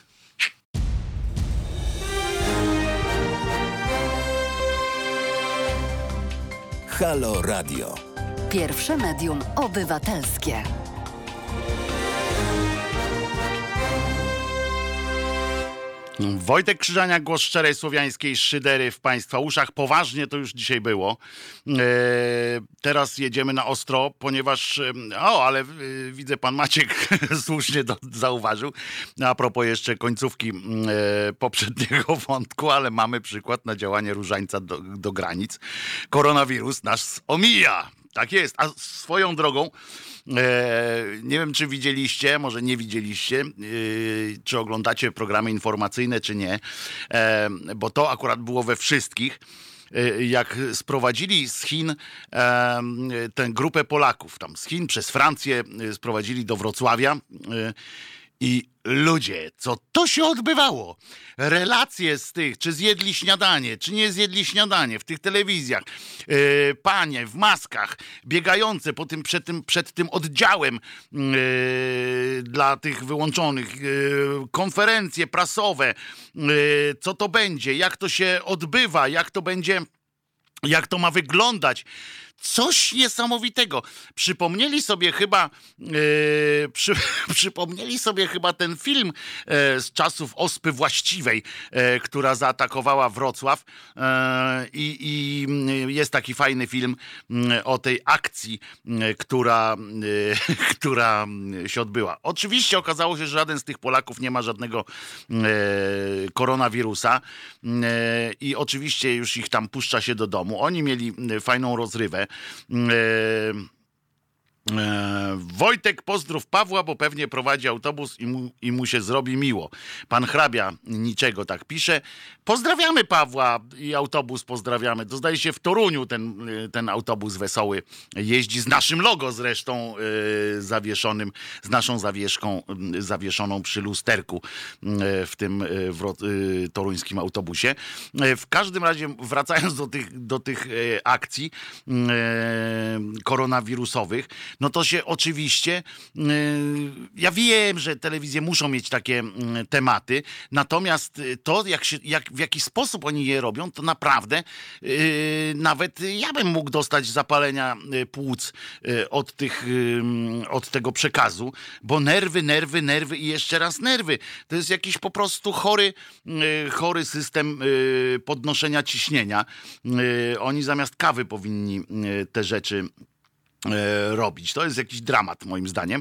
S3: Halo Radio.
S4: Pierwsze medium obywatelskie.
S1: Wojtek Krzyżaniak, głos szczerej słowiańskiej szydery w państwa uszach. Poważnie to już dzisiaj było. Teraz jedziemy na ostro, ponieważ... ale widzę, pan Maciek słusznie zauważył. A propos jeszcze końcówki poprzedniego wątku, ale mamy przykład na działanie różańca do granic. Koronawirus nas omija. Tak jest. A swoją drogą, nie wiem, czy widzieliście, może nie widzieliście, czy oglądacie programy informacyjne, czy nie, bo to akurat było we wszystkich. Jak sprowadzili z Chin tę grupę Polaków, tam z Chin przez Francję sprowadzili do Wrocławia I ludzie, co to się odbywało? Relacje z tych, czy zjedli śniadanie, czy nie zjedli śniadanie w tych telewizjach. Panie w maskach, biegające przed tym oddziałem dla tych wyłączonych. Konferencje prasowe. Co to będzie? Jak to się odbywa? Jak to będzie? Jak to ma wyglądać? Coś niesamowitego. Przypomnieli sobie chyba ten film z czasów Ospy Właściwej, która zaatakowała Wrocław, i jest taki fajny film o tej akcji, która się odbyła. Oczywiście okazało się, że żaden z tych Polaków nie ma żadnego koronawirusa i oczywiście już ich tam puszcza się do domu. Oni mieli fajną rozrywę. Wojtek, pozdrów Pawła, bo pewnie prowadzi autobus i mu się zrobi miło. Pan hrabia niczego tak pisze. Pozdrawiamy Pawła i autobus pozdrawiamy. To zdaje się w Toruniu ten autobus wesoły jeździ z naszym logo zresztą zawieszonym, z naszą zawieszoną przy lusterku w tym toruńskim autobusie. W każdym razie wracając do tych akcji koronawirusowych, no to się oczywiście, ja wiem, że telewizje muszą mieć takie tematy, natomiast to, w jaki sposób oni je robią, to naprawdę nawet ja bym mógł dostać zapalenia płuc od tego przekazu, bo nerwy i jeszcze raz nerwy. To jest jakiś po prostu chory system podnoszenia ciśnienia. Oni zamiast kawy powinni te rzeczy robić. To jest jakiś dramat moim zdaniem.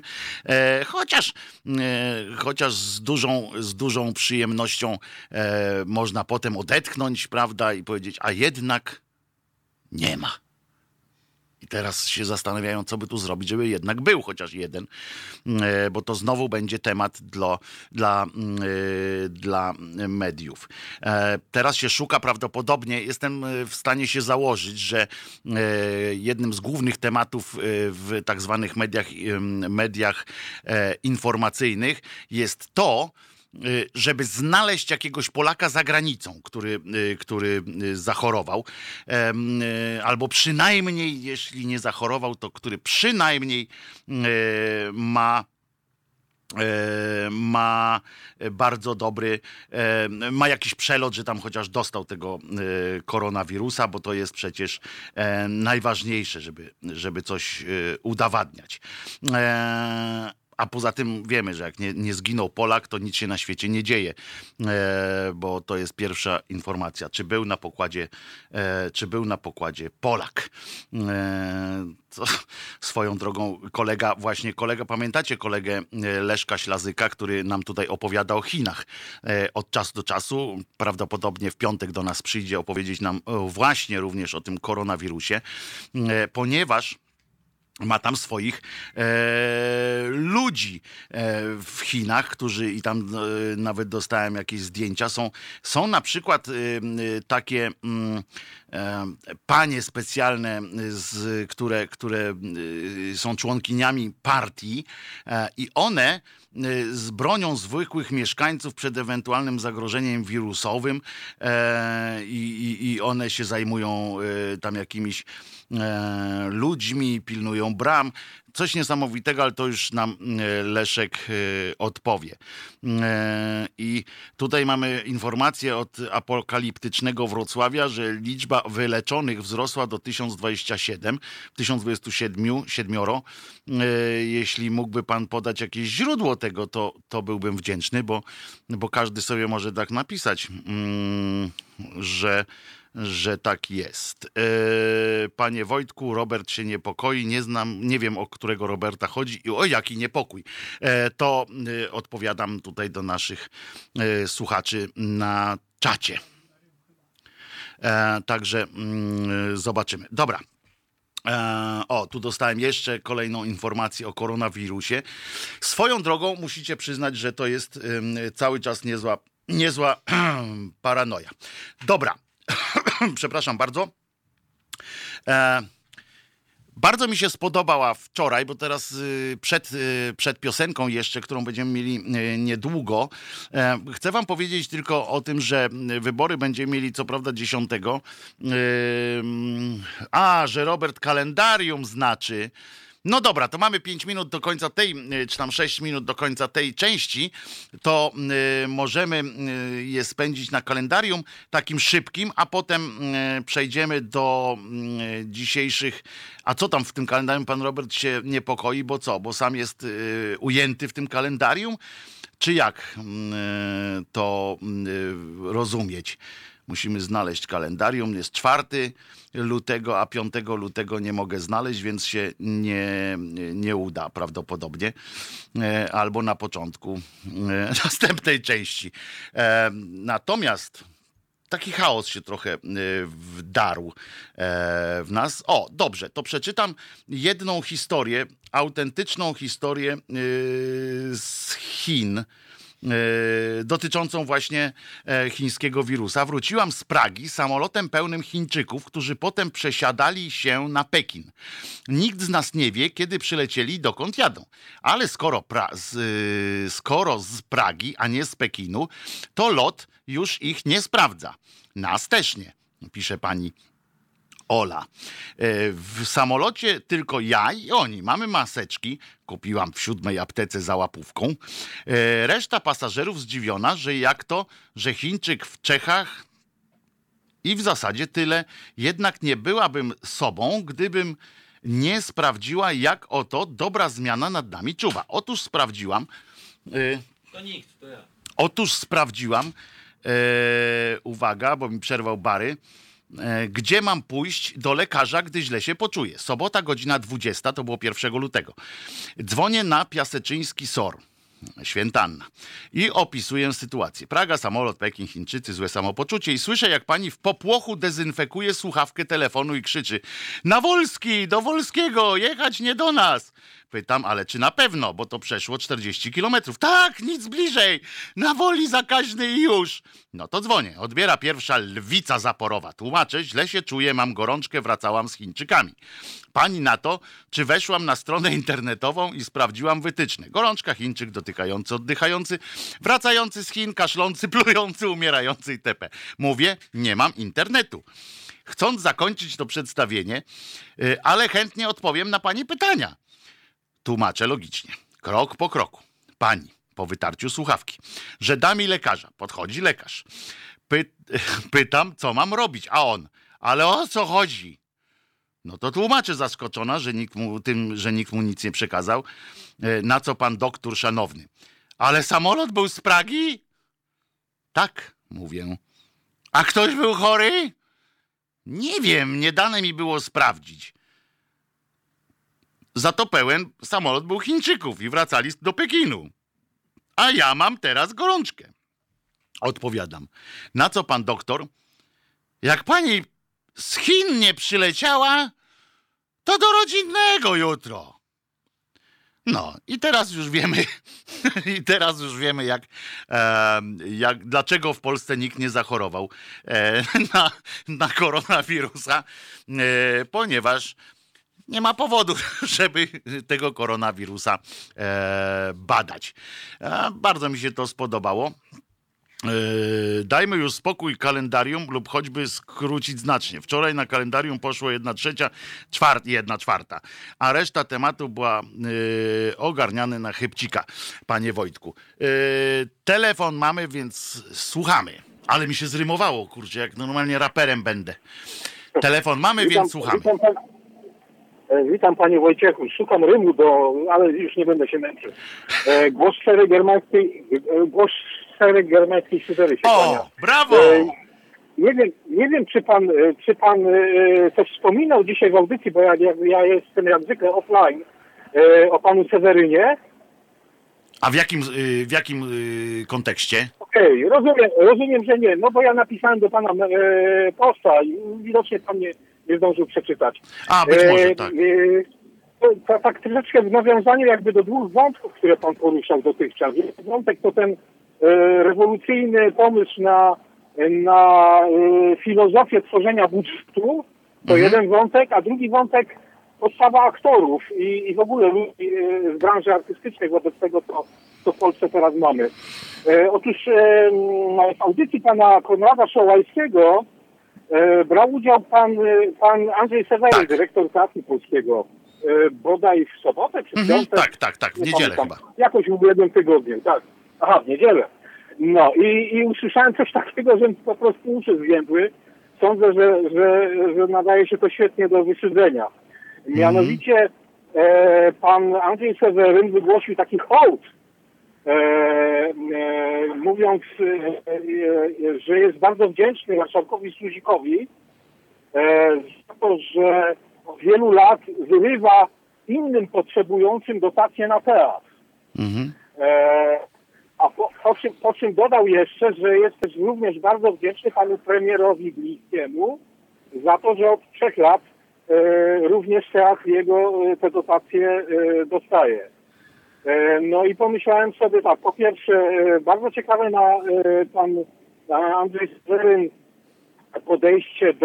S1: Chociaż z dużą przyjemnością można potem odetchnąć, prawda, i powiedzieć, a jednak nie ma. I teraz się zastanawiają, co by tu zrobić, żeby jednak był chociaż jeden, bo to znowu będzie temat dla mediów. Teraz się szuka prawdopodobnie, jestem w stanie się założyć, że jednym z głównych tematów w tak zwanych mediach informacyjnych jest to, żeby znaleźć jakiegoś Polaka za granicą, który zachorował, albo przynajmniej, jeśli nie zachorował, to który przynajmniej ma bardzo dobry, ma jakiś przelot, że tam chociaż dostał tego koronawirusa, bo to jest przecież najważniejsze, żeby coś udowadniać. A poza tym wiemy, że jak nie zginął Polak, to nic się na świecie nie dzieje, bo to jest pierwsza informacja, czy był na pokładzie Polak. Swoją drogą kolega, pamiętacie kolegę Leszka Ślazyka, który nam tutaj opowiada o Chinach od czasu do czasu, prawdopodobnie w piątek do nas przyjdzie opowiedzieć nam właśnie również o tym koronawirusie, ponieważ ma tam swoich ludzi w Chinach, którzy i tam nawet dostałem jakieś zdjęcia. Są na przykład takie panie specjalne, które są członkiniami partii i one bronią zwykłych mieszkańców przed ewentualnym zagrożeniem wirusowym i one się zajmują tam jakimiś ludźmi, pilnują bram. Coś niesamowitego, ale to już nam Leszek odpowie. I tutaj mamy informację od apokaliptycznego Wrocławia, że liczba wyleczonych wzrosła do 1027. Jeśli mógłby pan podać jakieś źródło tego, to byłbym wdzięczny, bo każdy sobie może tak napisać, że tak jest. Panie Wojtku, Robert się niepokoi, nie wiem, o którego Roberta chodzi i o jaki niepokój. To odpowiadam tutaj do naszych słuchaczy na czacie. Także zobaczymy. Dobra. Tu dostałem jeszcze kolejną informację o koronawirusie. Swoją drogą musicie przyznać, że to jest cały czas niezła paranoja. Dobra. Przepraszam bardzo. Bardzo mi się spodobała wczoraj, bo teraz przed piosenką jeszcze, którą będziemy mieli niedługo, chcę wam powiedzieć tylko o tym, że wybory będziemy mieli co prawda 10. Że Robert kalendarium znaczy. No dobra, to mamy 5 minut do końca tej, czy tam 6 minut do końca tej części, to możemy je spędzić na kalendarium takim szybkim, a potem przejdziemy do dzisiejszych. A co tam w tym kalendarium? Pan Robert się niepokoi, bo co? Bo sam jest ujęty w tym kalendarium? Czy jak to rozumieć? Musimy znaleźć kalendarium. Jest 4 lutego, a 5 lutego nie mogę znaleźć, więc się nie uda prawdopodobnie. Albo na początku następnej części. Natomiast taki chaos się trochę wdarł w nas. O, dobrze, to przeczytam jedną historię, autentyczną historię z Chin, dotyczącą właśnie chińskiego wirusa. Wróciłam z Pragi samolotem pełnym Chińczyków, którzy potem przesiadali się na Pekin. Nikt z nas nie wie, kiedy przylecieli i dokąd jadą. Ale skoro z Pragi, a nie z Pekinu, to lot już ich nie sprawdza. Nas też nie, pisze pani Ola. W samolocie tylko ja i oni. Mamy maseczki. Kupiłam w 7. aptece za łapówką. Reszta pasażerów zdziwiona, że jak to, że Chińczyk w Czechach i w zasadzie tyle. Jednak nie byłabym sobą, gdybym nie sprawdziła, jak oto dobra zmiana nad nami czuwa. Otóż sprawdziłam.
S2: To nikt, to ja.
S1: Otóż sprawdziłam. Uwaga, bo mi przerwał Bary. Gdzie mam pójść do lekarza, gdy źle się poczuję? Sobota, godzina 20, to było 1 lutego. Dzwonię na Piaseczyński SOR, Święta Anna, i opisuję sytuację. Praga, samolot, Pekin, Chińczycy, złe samopoczucie i słyszę, jak pani w popłochu dezynfekuje słuchawkę telefonu i krzyczy: na Wolski, do Wolskiego, jechać nie do nas. Pytam, ale czy na pewno, bo to przeszło 40 kilometrów. Tak, nic bliżej, na Woli zakaźnej i już. No to dzwonię, odbiera pierwsza lwica zaporowa. Tłumaczę, źle się czuję, mam gorączkę, wracałam z Chińczykami. Pani na to, czy weszłam na stronę internetową i sprawdziłam wytyczne. Gorączka, Chińczyk, dotykający, oddychający, wracający z Chin, kaszlący, plujący, umierający itp. Mówię, nie mam internetu. Chcąc zakończyć to przedstawienie, ale chętnie odpowiem na pani pytania. Tłumaczę logicznie, krok po kroku. Pani, po wytarciu słuchawki, że da mi lekarza. Podchodzi lekarz. Pytam, co mam robić, a on: ale o co chodzi? No to tłumaczę zaskoczona, że nikt mu nic nie przekazał. Na co pan doktor szanowny: ale samolot był z Pragi? Tak, mówię. A ktoś był chory? Nie wiem, nie dane mi było sprawdzić. Za to pełen samolot był Chińczyków i wracali do Pekinu. A ja mam teraz gorączkę. Odpowiadam. Na co pan doktor: jak pani z Chin nie przyleciała, to do rodzinnego jutro. No i teraz już wiemy, dlaczego w Polsce nikt nie zachorował na koronawirusa, ponieważ nie ma powodu, żeby tego koronawirusa badać. Bardzo mi się to spodobało. Dajmy już spokój kalendarium lub choćby skrócić znacznie. Wczoraj na kalendarium poszło 1/3, 1/4, a reszta tematu była ogarniany na chybcika, panie Wojtku. Telefon mamy, więc słuchamy. Ale mi się zrymowało, kurczę, jak normalnie raperem będę. Telefon mamy, więc słuchamy.
S5: Witam panie Wojciechu. Szukam rymu, ale już nie będę się męczył. Głos szereg germańskiej szydery się kłania.
S1: O, brawo!
S5: Nie wiem, czy pan coś wspominał dzisiaj w audycji, bo ja jestem jak zwykle offline, o panu Sewerynie.
S1: A w jakim kontekście?
S5: Okej, rozumiem, że nie. No bo ja napisałem do pana posta i widocznie pan nie zdążył przeczytać.
S1: A, być może, tak.
S5: Tak troszeczkę w nawiązaniu jakby do 2 wątków, które pan poruszał dotychczas. Jeden wątek to ten rewolucyjny pomysł na filozofię tworzenia budżetu, to jeden wątek, a drugi wątek postawa aktorów i w ogóle ludzi z branży artystycznej wobec tego, co w Polsce teraz mamy. Otóż w audycji pana Konrada Szołajskiego brał udział pan Andrzej Seweryn,
S1: Tak.
S5: dyrektor Teatru Polskiego. Bodaj w sobotę czy w piątek?
S1: Tak, w
S5: Nie
S1: niedzielę
S5: pamiętam.
S1: chyba.
S5: Jakoś w ubiegłym tygodniu, tak. Aha, w niedzielę. No i usłyszałem coś takiego, że po prostu uszy zwiędły. Sądzę, że nadaje się to świetnie do wyszydzenia. Mianowicie pan Andrzej Seweryn wygłosił taki hołd, mówiąc, że jest bardzo wdzięczny marszałkowi Suzikowi za to, że od wielu lat wyrywa innym potrzebującym dotacje na teatr. A po czym dodał jeszcze, że jest też również bardzo wdzięczny panu premierowi Glińskiemu za to, że od 3 lat również teatr jego te dotacje dostaje. No i pomyślałem sobie tak, po pierwsze, bardzo ciekawe na pan Andrzej Seweryn podejście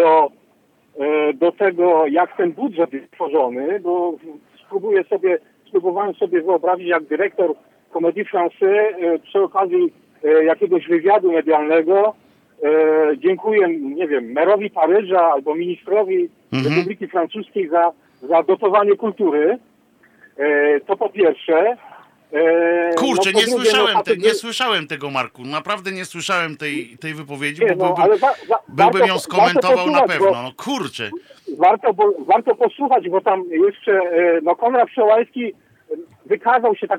S5: do tego, jak ten budżet jest tworzony, bo spróbowałem sobie wyobrazić, jak dyrektor Comédie Française przy okazji jakiegoś wywiadu medialnego dziękuję, nie wiem, merowi Paryża albo ministrowi Republiki Francuskiej za dotowanie kultury. To po pierwsze.
S1: Kurczę,
S5: no,
S1: nie słyszałem tego, Marku. Naprawdę nie słyszałem tej wypowiedzi,
S5: nie,
S1: bo byłbym ją skomentował na pewno. No kurczę.
S5: Warto posłuchać, bo tam jeszcze Konrad Szołajski wykazał się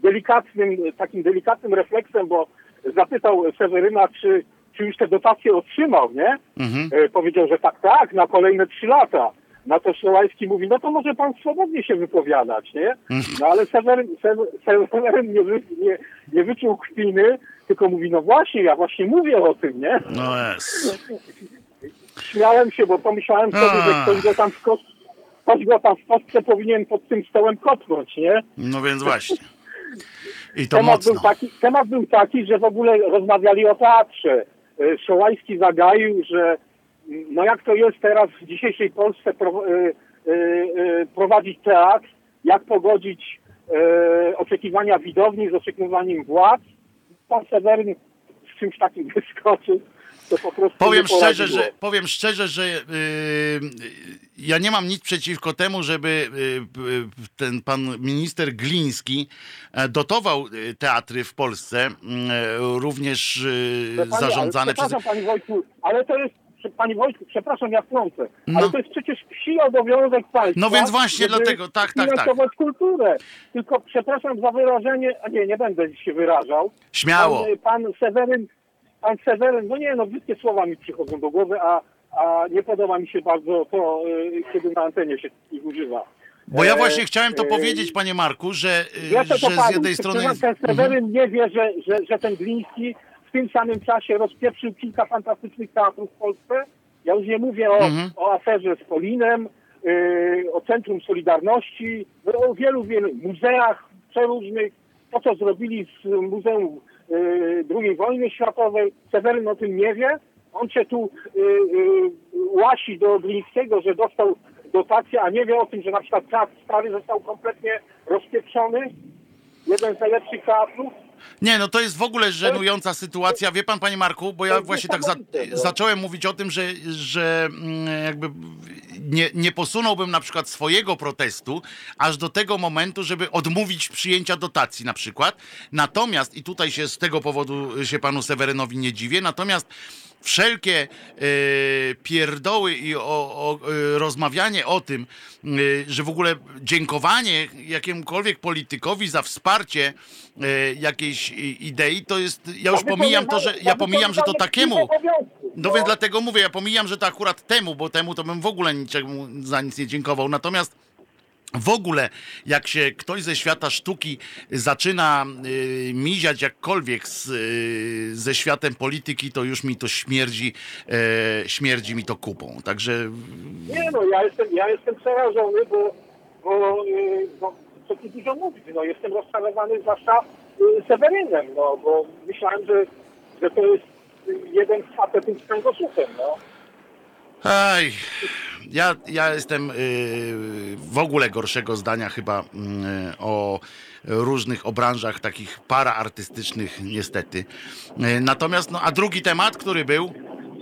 S5: takim delikatnym refleksem, bo zapytał Seweryna, czy już te dotacje otrzymał, nie? Powiedział, że tak, na kolejne 3 lata. Na to Szołajski mówi, no to może pan swobodnie się wypowiadać, nie? No ale Seweryn nie wyczuł kpiny, tylko mówi, no właśnie, ja właśnie mówię o tym, nie?
S1: No jest.
S5: Śmiałem się, bo pomyślałem sobie, że ktoś go tam w kostce powinien pod tym stołem kopnąć, nie?
S1: No więc właśnie. I to mocno.
S5: Temat był taki, że w ogóle rozmawiali o teatrze. Szołajski zagaił, że no jak to jest teraz w dzisiejszej Polsce prowadzić teatr, jak pogodzić oczekiwania widowni z oczekiwaniem władz. Pan Seweryn z czymś takim wyskoczył. To po prostu
S1: powiem szczerze, że ja nie mam nic przeciwko temu, żeby ten pan minister Gliński dotował teatry w Polsce, również zarządzane przez...
S5: Przepraszam, panie Wojtku, ale to jest... Panie Wojtku, przepraszam, ja wtrącę, ale to jest przecież wsi obowiązek państwa.
S1: No więc właśnie dlatego, tak.
S5: finansować kulturę. Tylko przepraszam za wyrażenie, nie będę się wyrażał.
S1: Śmiało.
S5: Pan Seweryn, brzydkie słowa mi przychodzą do głowy, a nie podoba mi się bardzo to, kiedy na antenie się ich używa.
S1: Bo ja właśnie chciałem to powiedzieć, panie Marku, że z jednej strony...
S5: Ten Seweryn nie wie, że ten Gliński w tym samym czasie rozpieprzył kilka fantastycznych teatrów w Polsce. Ja już nie mówię o aferze z Polinem, o Centrum Solidarności, o wielu muzeach przeróżnych. To, co zrobili z Muzeum II Wojny Światowej. Seweryn o tym nie wie. On się tu łasi do Glińskiego, że dostał dotację, a nie wie o tym, że na przykład Teatr Stary został kompletnie rozpieprzony. Jeden z najlepszych teatrów.
S1: Nie, no to jest w ogóle żenująca sytuacja. Wie pan, panie Marku, bo ja właśnie tak zacząłem mówić o tym, że jakby nie posunąłbym na przykład swojego protestu aż do tego momentu, żeby odmówić przyjęcia dotacji na przykład. Natomiast, i tutaj się z tego powodu się panu Sewerynowi nie dziwię, natomiast wszelkie pierdoły i rozmawianie o tym, że w ogóle dziękowanie jakiemukolwiek politykowi za wsparcie jakiejś idei, to jest, ja już pomijam to, że ja pomijam, że to takiemu, no więc dlatego mówię, ja pomijam, że to akurat temu, bo temu to bym w ogóle niczemu za nic nie dziękował, natomiast w ogóle, jak się ktoś ze świata sztuki zaczyna miziać jakkolwiek ze światem polityki, to już mi to śmierdzi mi to kupą. Także...
S5: Nie, no ja jestem przerażony, bo co tu dużo mówić, jestem rozczarowany zwłaszcza Sewerynem, bo myślałem, że to jest jeden z facetów z kręgosłupem,
S1: Ej, Ja jestem w ogóle gorszego zdania chyba o różnych o branżach takich paraartystycznych niestety. Natomiast, no a drugi temat, który był?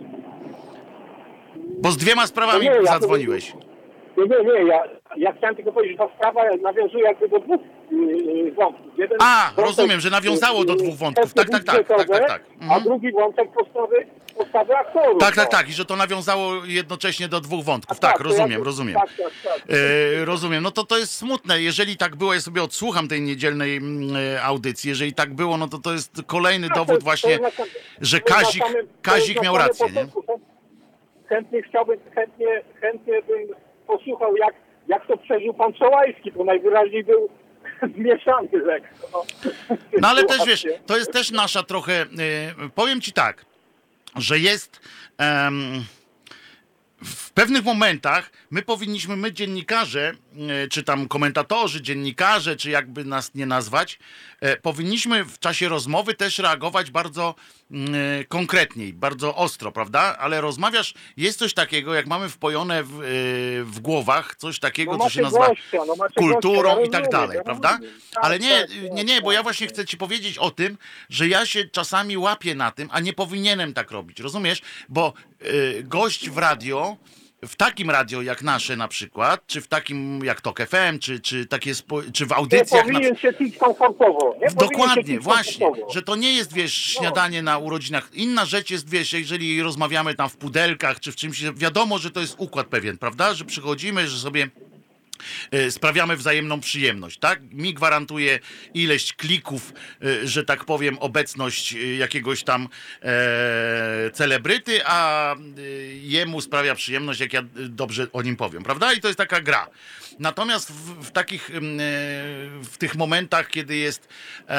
S1: Bo z dwiema sprawami zadzwoniłeś.
S5: Nie, ja chciałem tylko powiedzieć, że ta sprawa nawiązuje jakby do dwóch wątków. Jeden
S1: rozumiem, że nawiązało do dwóch wątków. Tak.
S5: A drugi wątek postawy aktorów.
S1: Tak. I że to nawiązało jednocześnie do dwóch wątków. Tak, rozumiem.
S5: Tak.
S1: Rozumiem. No to jest smutne. Jeżeli tak było, ja sobie odsłucham tej niedzielnej audycji. Jeżeli tak było, no to jest kolejny dowód właśnie, że Kazik miał rację, nie?
S5: Chętnie bym posłuchał, jak to przeżył pan Czołajski, bo najwyraźniej był zmieszany lekko.
S1: No ale też wiesz, to jest też nasza trochę, powiem ci tak, że jest w pewnych momentach my dziennikarze, czy tam komentatorzy, dziennikarze, czy jakby nas nie nazwać, powinniśmy w czasie rozmowy też reagować bardzo konkretniej, bardzo ostro, prawda? Ale rozmawiasz, jest coś takiego, jak mamy wpojone w głowach, coś takiego, co się nazywa kulturą i tak dalej, prawda? Ale nie, bo ja właśnie chcę ci powiedzieć o tym, że ja się czasami łapię na tym, a nie powinienem tak robić, rozumiesz? Bo gość w radio, w takim radio jak nasze na przykład, czy w takim jak Tok FM, czy w audycjach...
S5: Nie powinien się czuć komfortowo.
S1: Dokładnie, właśnie, że to nie jest, wiesz, śniadanie na urodzinach. Inna rzecz jest, wiesz, jeżeli rozmawiamy tam w pudelkach, czy w czymś, wiadomo, że to jest układ pewien, prawda? Że przychodzimy, że sobie sprawiamy wzajemną przyjemność, tak? Mi gwarantuje ileś klików, że tak powiem, obecność jakiegoś tam celebryty, a jemu sprawia przyjemność, jak ja dobrze o nim powiem, prawda? I to jest taka gra. Natomiast w tych momentach, kiedy jest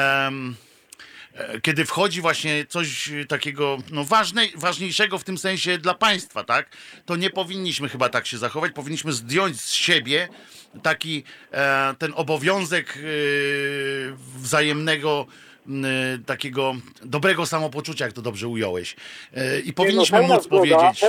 S1: kiedy wchodzi właśnie coś takiego ważniejszego w tym sensie dla państwa, tak? To nie powinniśmy chyba tak się zachować, powinniśmy zdjąć z siebie taki ten obowiązek wzajemnego takiego dobrego samopoczucia, jak to dobrze ująłeś. I powinniśmy móc powiedzieć...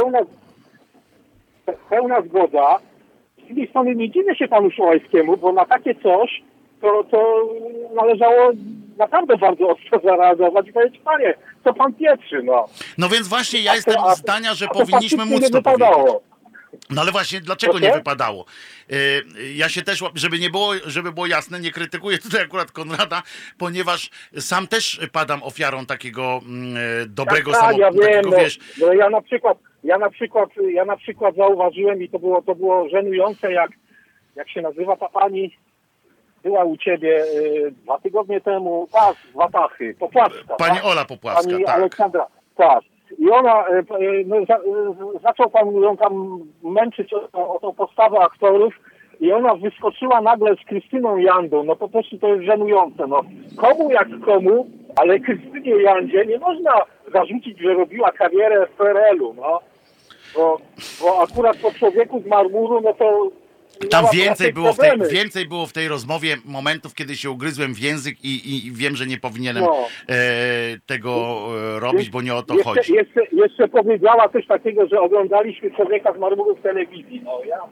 S5: Pełna zgoda. Z drugiej strony nie dziwię się panu Szołajskiemu, bo na takie coś to należało naprawdę bardzo ostro zareagować i powiedzieć, panie, co pan pieprzy, no.
S1: No więc właśnie ja jestem zdania, że powinniśmy móc to powiedzieć. No ale właśnie dlaczego nie wypadało? Ja się też, żeby było jasne, nie krytykuję tutaj akurat Konrada, ponieważ sam też padam ofiarą takiego dobrego
S5: takiego, wiesz... No ja na przykład zauważyłem i to było żenujące, jak się nazywa ta pani, była u ciebie 2 tygodnie temu, z Watachy, Popławska.
S1: Pani Ola Popławska,
S5: pani
S1: tak.
S5: Aleksandra, tak. I ona, zaczął pan ją tam męczyć o tą postawę aktorów i ona wyskoczyła nagle z Krystyną Jandą. No po prostu to jest żenujące. No. Komu jak komu, ale Krystynie Jandzie nie można zarzucić, że robiła karierę w PRL-u. No. Bo akurat po Człowieku z marmuru, no to...
S1: Tam więcej było w tej rozmowie momentów, kiedy się ugryzłem w język i wiem, że nie powinienem tego robić, bo nie o to chodzi.
S5: Jeszcze powiedziała coś takiego, że oglądaliśmy Człowieka z marmuru w telewizji. No ja...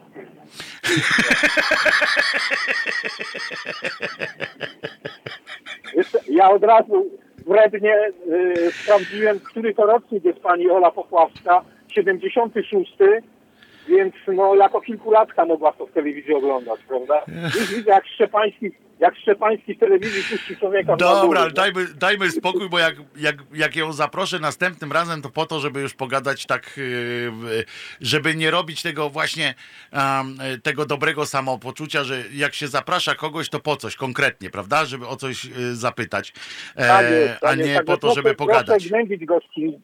S5: Ja od razu wrednie sprawdziłem, który to rocznik jest pani Ola Popławska, 76. Więc no jako kilkulatka mogła to w telewizji oglądać, prawda? Już widzę, jak Szczepański w telewizji puści człowieka.
S1: Dobra, ale dajmy spokój, bo jak ją zaproszę następnym razem, to po to, żeby już pogadać tak, żeby nie robić tego właśnie, tego dobrego samopoczucia, że jak się zaprasza kogoś, to po coś konkretnie, prawda? Żeby o coś zapytać, a nie po to, żeby pogadać.
S5: Proszę gnębić gości.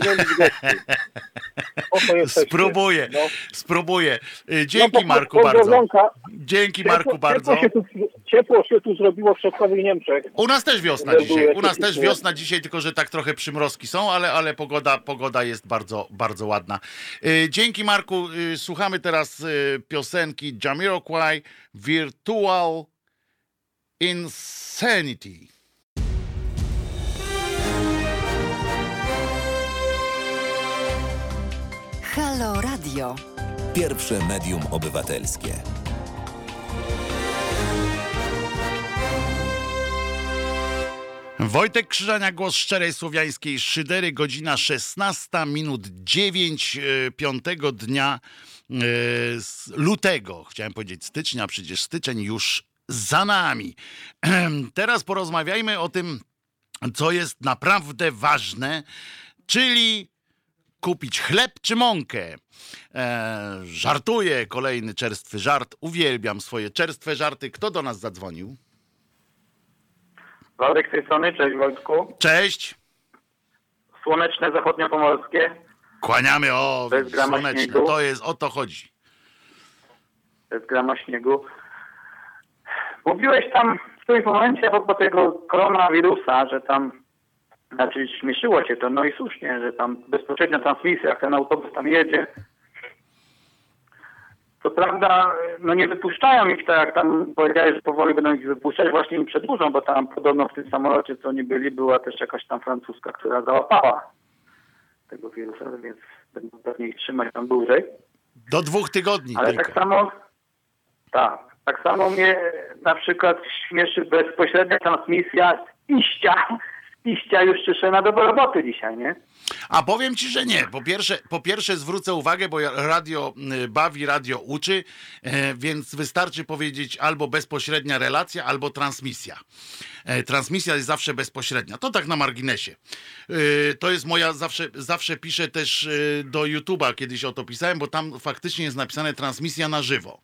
S1: Spróbuję. Dzięki Marku bardzo. Dzięki Marku bardzo.
S5: Ciepło się tu zrobiło w środkowych Niemczech.
S1: U nas też wiosna dzisiaj. U nas też wiosna dzisiaj, tylko że tak trochę przymrozki są, ale pogoda jest bardzo, bardzo ładna. Dzięki Marku. Słuchamy teraz piosenki Jamiroquai, Virtual Insanity.
S4: Halo Radio.
S3: Pierwsze medium obywatelskie.
S1: Wojtek Krzyżania, głos szczerej słowiańskiej szydery, godzina 16 minut 9 5 dnia lutego. Chciałem powiedzieć stycznia, przecież styczeń już za nami. Teraz porozmawiajmy o tym, co jest naprawdę ważne, czyli kupić chleb czy mąkę. Żartuję, kolejny czerstwy żart. Uwielbiam swoje czerstwe żarty. Kto do nas zadzwonił?
S6: Waldek z tej strony, cześć Wojtku.
S1: Cześć.
S6: Słoneczne zachodniopomorskie.
S1: Kłaniamy, o,
S6: Bez grama
S1: słoneczne,
S6: śniegu.
S1: to jest, o to chodzi.
S6: Bez grama śniegu. Mówiłeś tam w którymś momencie a propos tego koronawirusa, że tam, znaczy śmieszyło cię to, no i słusznie, że tam bezpośrednia transmisja, jak ten autobus tam jedzie. Co prawda, no nie wypuszczają ich, tak jak tam powiedziałeś, że powoli będą ich wypuszczać, właśnie im przedłużą, bo tam podobno w tym samolocie, co oni byli, była też jakaś tam francuska, która załapała tego wirusa, więc będą pewnie ich trzymać tam dłużej.
S1: Do 2 tygodni
S6: Ale
S1: tylko.
S6: tak samo mnie na przykład śmieszy bezpośrednia transmisja z iścia Juszczyszyna do roboty dzisiaj, nie?
S1: A powiem ci, że nie. Po pierwsze zwrócę uwagę, bo radio bawi, radio uczy, więc wystarczy powiedzieć albo bezpośrednia relacja, albo transmisja. Transmisja jest zawsze bezpośrednia. To tak na marginesie. To jest moja, zawsze piszę też do YouTube'a, kiedyś o to pisałem, bo tam faktycznie jest napisane transmisja na żywo.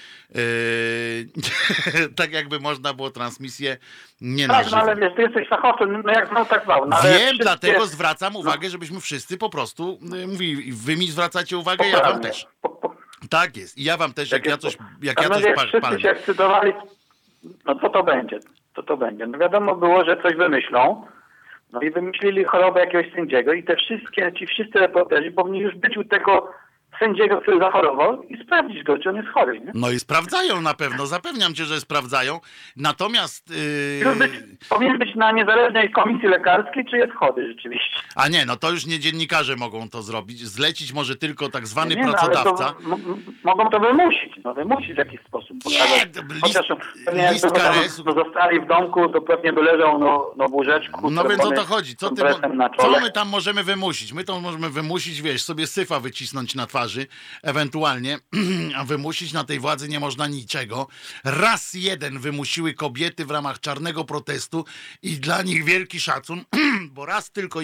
S1: Tak jakby można było transmisję nie na
S6: Tak,
S1: żywo.
S6: no ale wiesz, ty jesteś fachowcem, no jak zwał, tak zwał. No,
S1: Wiem, dlatego zwracam uwagę, żebyśmy wszyscy po prostu mówili. Wy mi zwracacie uwagę, ja wam też. Tak jest. I ja wam też, jak ja coś
S6: wszyscy
S1: palnę.
S6: się ekscytowali, no co to będzie? Co to będzie? No wiadomo było, że coś wymyślą. No i wymyślili chorobę jakiegoś sędziego i ci wszyscy reporterzy powinni już być u tego sędziego, który zachorował i sprawdzić go, czy on jest chory, nie?
S1: No i sprawdzają na pewno, zapewniam cię, że sprawdzają. Natomiast...
S6: Powinien być na niezależnej komisji lekarskiej, czy jest chory rzeczywiście.
S1: A nie, no to już nie dziennikarze mogą to zrobić. Zlecić może tylko tak zwany
S6: Nie, no,
S1: pracodawca.
S6: ale mogą to wymusić w jakiś sposób. Chociaż
S1: list KRS-u.
S6: Zostali w domku, to pewnie by leżał w łóżeczku.
S1: No więc o to chodzi. Co
S6: co
S1: my tam możemy wymusić? My to możemy wymusić, wiesz, sobie syfa wycisnąć na twarzy, ewentualnie, a wymusić na tej władzy nie można niczego. Raz jeden wymusiły kobiety w ramach czarnego protestu i dla nich wielki szacun, bo raz tylko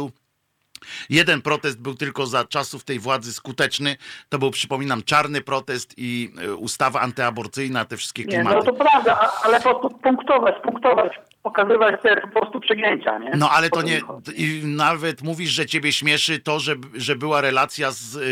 S1: jeden protest był tylko za czasów tej władzy skuteczny. To był, przypominam, czarny protest i ustawa antyaborcyjna, te wszystkie klimaty.
S6: Nie, no to prawda, ale punktować, pokazywać te po prostu przegięcia, nie?
S1: No ale to nie, i nawet mówisz, że ciebie śmieszy to, że była relacja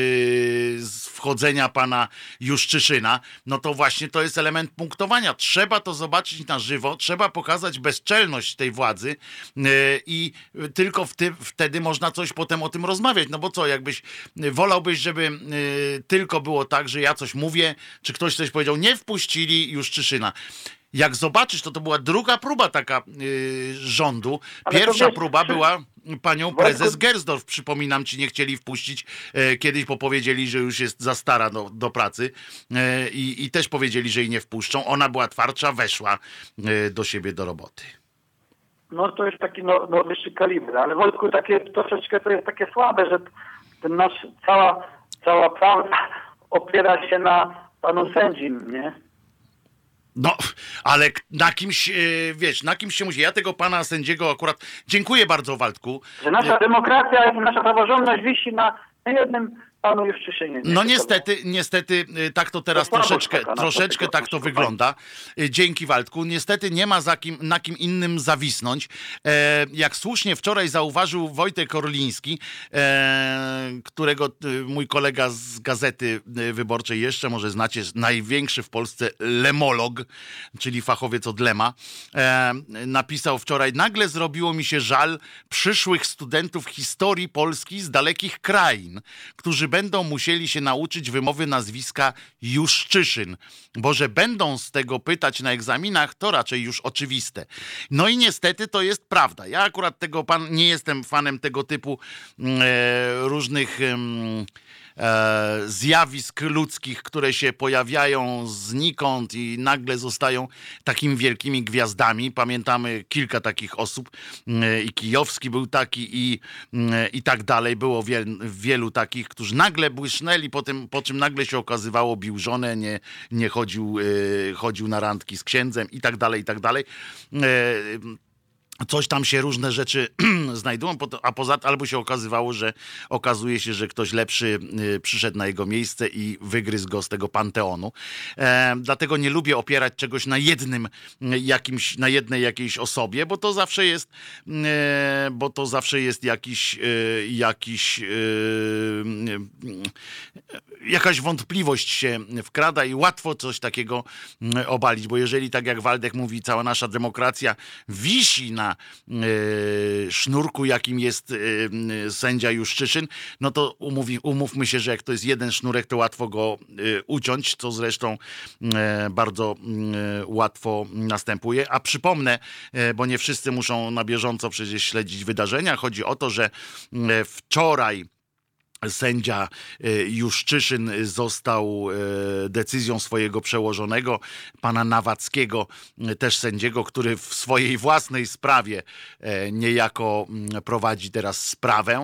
S1: z wchodzenia pana Juszczyszyna, no to właśnie to jest element punktowania. Trzeba to zobaczyć na żywo, trzeba pokazać bezczelność tej władzy i tylko wtedy można coś potem o tym rozmawiać. No bo co, wolałbyś, żeby tylko było tak, że ja coś mówię, czy ktoś coś powiedział, nie wpuścili Juszczyszyna. Jak zobaczysz, to była druga próba taka rządu. Pierwsza próba była panią prezes Gersdorf. Przypominam ci, nie chcieli wpuścić kiedyś, bo powiedzieli, że już jest za stara do pracy i też powiedzieli, że jej nie wpuszczą. Ona była twardsza, weszła do siebie do roboty.
S6: No to jest taki wyższy kaliber, ale Wojtku, troszeczkę to jest takie słabe, że ten nasz cała prawda opiera się na panu sędzim, nie?
S1: No, ale na kimś, na kimś się musi. Ja tego pana sędziego akurat... Dziękuję bardzo, Waldku.
S6: Że nasza demokracja i nasza praworządność wisi na jednym panu Juszczyszynie.
S1: No niestety tak to teraz troszeczkę tak to wygląda. Dzięki, Waldku. Niestety nie ma na kim innym zawisnąć. Jak słusznie wczoraj zauważył Wojtek Orliński, którego mój kolega z Gazety Wyborczej jeszcze może znacie, największy w Polsce lemolog, czyli fachowiec od lema, napisał wczoraj: nagle zrobiło mi się żal przyszłych studentów historii Polski z dalekich krain, którzy będą musieli się nauczyć wymowy nazwiska Juszczyszyn, bo że będą z tego pytać na egzaminach, to raczej już oczywiste. No i niestety to jest prawda. Ja akurat nie jestem fanem tego typu różnych zjawisk ludzkich, które się pojawiają znikąd i nagle zostają takimi wielkimi gwiazdami. Pamiętamy kilka takich osób, i Kijowski był taki i tak dalej. Było wielu takich, którzy nagle błysznęli, po czym nagle się okazywało, bił żonę, nie chodził na randki z księdzem i tak dalej, i tak dalej. Coś tam się różne rzeczy znajdują, a poza tym albo się okazuje się, że ktoś lepszy przyszedł na jego miejsce i wygryzł go z tego panteonu. Dlatego nie lubię opierać czegoś na jednej jakiejś osobie, bo to zawsze jest jakaś wątpliwość się wkrada i łatwo coś takiego obalić, bo jeżeli, tak jak Waldek mówi, cała nasza demokracja wisi na sznurku, jakim jest sędzia Juszczyszyn, no to umówmy się, że jak to jest jeden sznurek, to łatwo go uciąć, co zresztą bardzo łatwo następuje. A przypomnę, bo nie wszyscy muszą na bieżąco przecież śledzić wydarzenia, chodzi o to, że wczoraj sędzia Juszczyszyn został decyzją swojego przełożonego, pana Nawackiego, też sędziego, który w swojej własnej sprawie niejako prowadzi teraz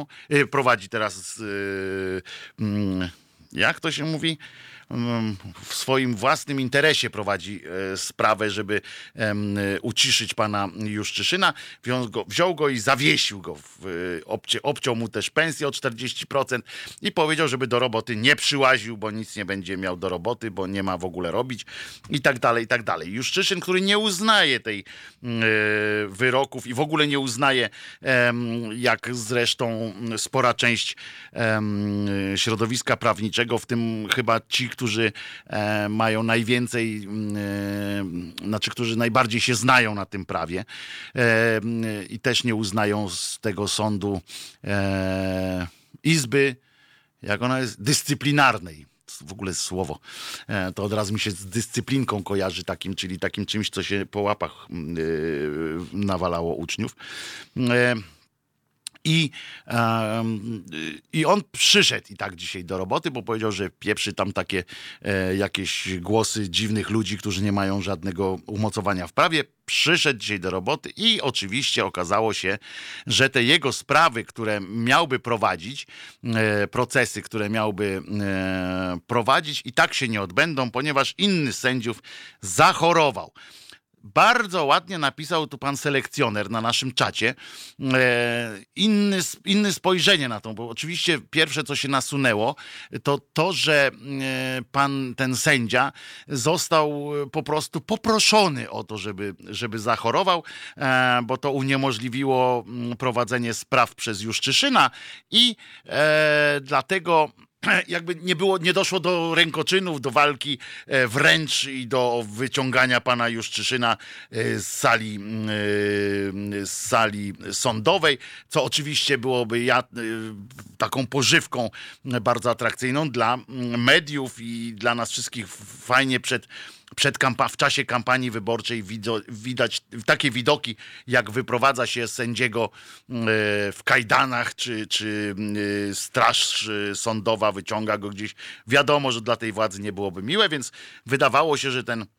S1: jak to się mówi? W swoim własnym interesie prowadzi sprawę, żeby uciszyć pana Juszczyszyna. Wziął go i zawiesił go. Obciął mu też pensję o 40% i powiedział, żeby do roboty nie przyłaził, bo nic nie będzie miał do roboty, bo nie ma w ogóle robić i tak dalej, i tak dalej. Juszczyszyn, który nie uznaje tej wyroków i w ogóle nie uznaje, jak zresztą spora część środowiska prawniczego, w tym chyba ci, którzy mają najwięcej, którzy najbardziej się znają na tym prawie i też nie uznają z tego sądu izby, jak ona jest, dyscyplinarnej. W ogóle słowo. To od razu mi się z dyscyplinką kojarzy czyli takim czymś, co się po łapach nawalało uczniów. I on przyszedł i tak dzisiaj do roboty, bo powiedział, że pieprzy tam takie jakieś głosy dziwnych ludzi, którzy nie mają żadnego umocowania w prawie. Przyszedł dzisiaj do roboty i oczywiście okazało się, że te jego sprawy, które miałby prowadzić, procesy, które miałby prowadzić, i tak się nie odbędą, ponieważ inny z sędziów zachorował. Bardzo ładnie napisał tu pan selekcjoner na naszym czacie inne spojrzenie na to, bo oczywiście pierwsze, co się nasunęło, to, że ten sędzia został po prostu poproszony o to, żeby zachorował, bo to uniemożliwiło prowadzenie spraw przez Juszczyszyna i dlatego jakby nie doszło do rękoczynów, do walki wręcz i do wyciągania pana Juszczyszyna z sali sądowej, co oczywiście byłoby taką pożywką bardzo atrakcyjną dla mediów i dla nas wszystkich. Fajnie w czasie kampanii wyborczej widać takie widoki, jak wyprowadza się sędziego w kajdanach, czy straż sądowa wyciąga go gdzieś. Wiadomo, że dla tej władzy nie byłoby miłe, więc wydawało się, że ten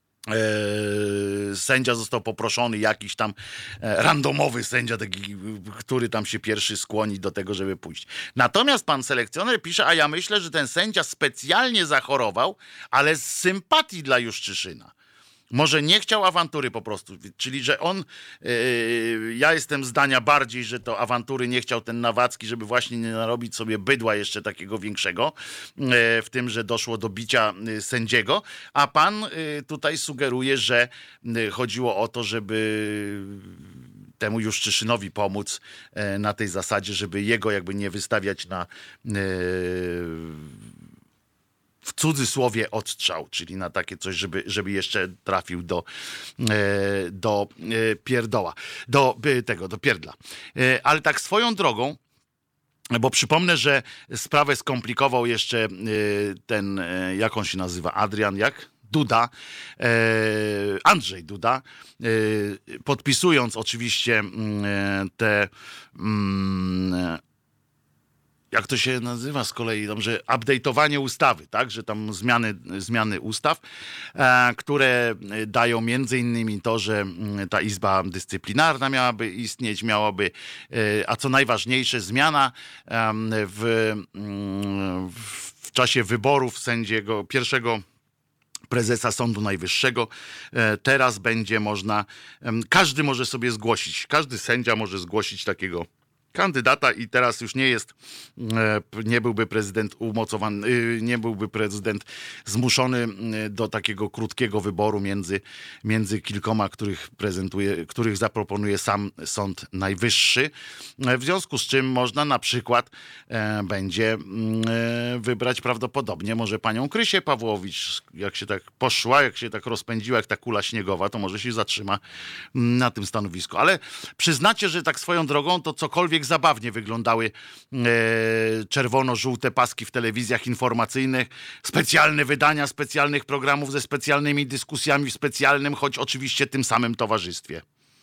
S1: sędzia został poproszony, jakiś tam randomowy sędzia, taki, który tam się pierwszy skłoni do tego, żeby pójść. Natomiast pan selekcjoner pisze, a ja myślę, że ten sędzia specjalnie zachorował, ale z sympatii dla Juszczyszyna. Może nie chciał awantury po prostu, czyli że on, ja jestem zdania bardziej, że to awantury nie chciał ten Nawacki, żeby właśnie nie narobić sobie bydła jeszcze takiego większego, w tym, że doszło do bicia sędziego, a pan tutaj sugeruje, że chodziło o to, żeby temu Juszczyszynowi pomóc na tej zasadzie, żeby jego jakby nie wystawiać na w cudzysłowie odstrzał, czyli na takie coś, żeby jeszcze trafił do pierdoła, do pierdla. Ale tak swoją drogą, bo przypomnę, że sprawę skomplikował jeszcze ten, jak on się nazywa, Duda, Andrzej Duda, podpisując oczywiście te jak to się nazywa z kolei, tam, że update'owanie ustawy, tak, że tam zmiany ustaw, które dają między innymi to, że ta Izba Dyscyplinarna miałaby istnieć, a co najważniejsze, zmiana w czasie wyborów pierwszego prezesa Sądu Najwyższego. Teraz będzie można, każdy może sobie zgłosić, każdy sędzia może zgłosić takiego kandydata i teraz już nie byłby prezydent umocowany, nie byłby prezydent zmuszony do takiego krótkiego wyboru między kilkoma, których zaproponuje sam Sąd Najwyższy. W związku z czym można na przykład będzie wybrać prawdopodobnie może panią Krysię Pawłowicz, jak się tak poszła, jak się tak rozpędziła, jak ta kula śniegowa, to może się zatrzyma na tym stanowisku. Ale przyznacie, że tak swoją drogą to cokolwiek zabawnie wyglądały czerwono-żółte paski w telewizjach informacyjnych, specjalne wydania specjalnych programów ze specjalnymi dyskusjami w specjalnym, choć oczywiście tym samym towarzystwie,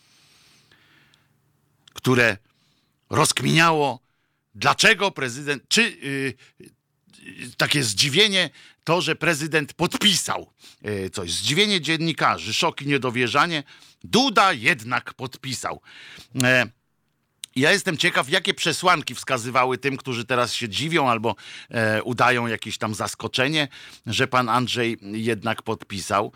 S1: które rozkminiało, dlaczego prezydent, takie zdziwienie to, że prezydent podpisał coś. Zdziwienie dziennikarzy, szok i niedowierzanie. Duda jednak podpisał. Ja jestem ciekaw, jakie przesłanki wskazywały tym, którzy teraz się dziwią albo udają jakieś tam zaskoczenie, że pan Andrzej jednak podpisał.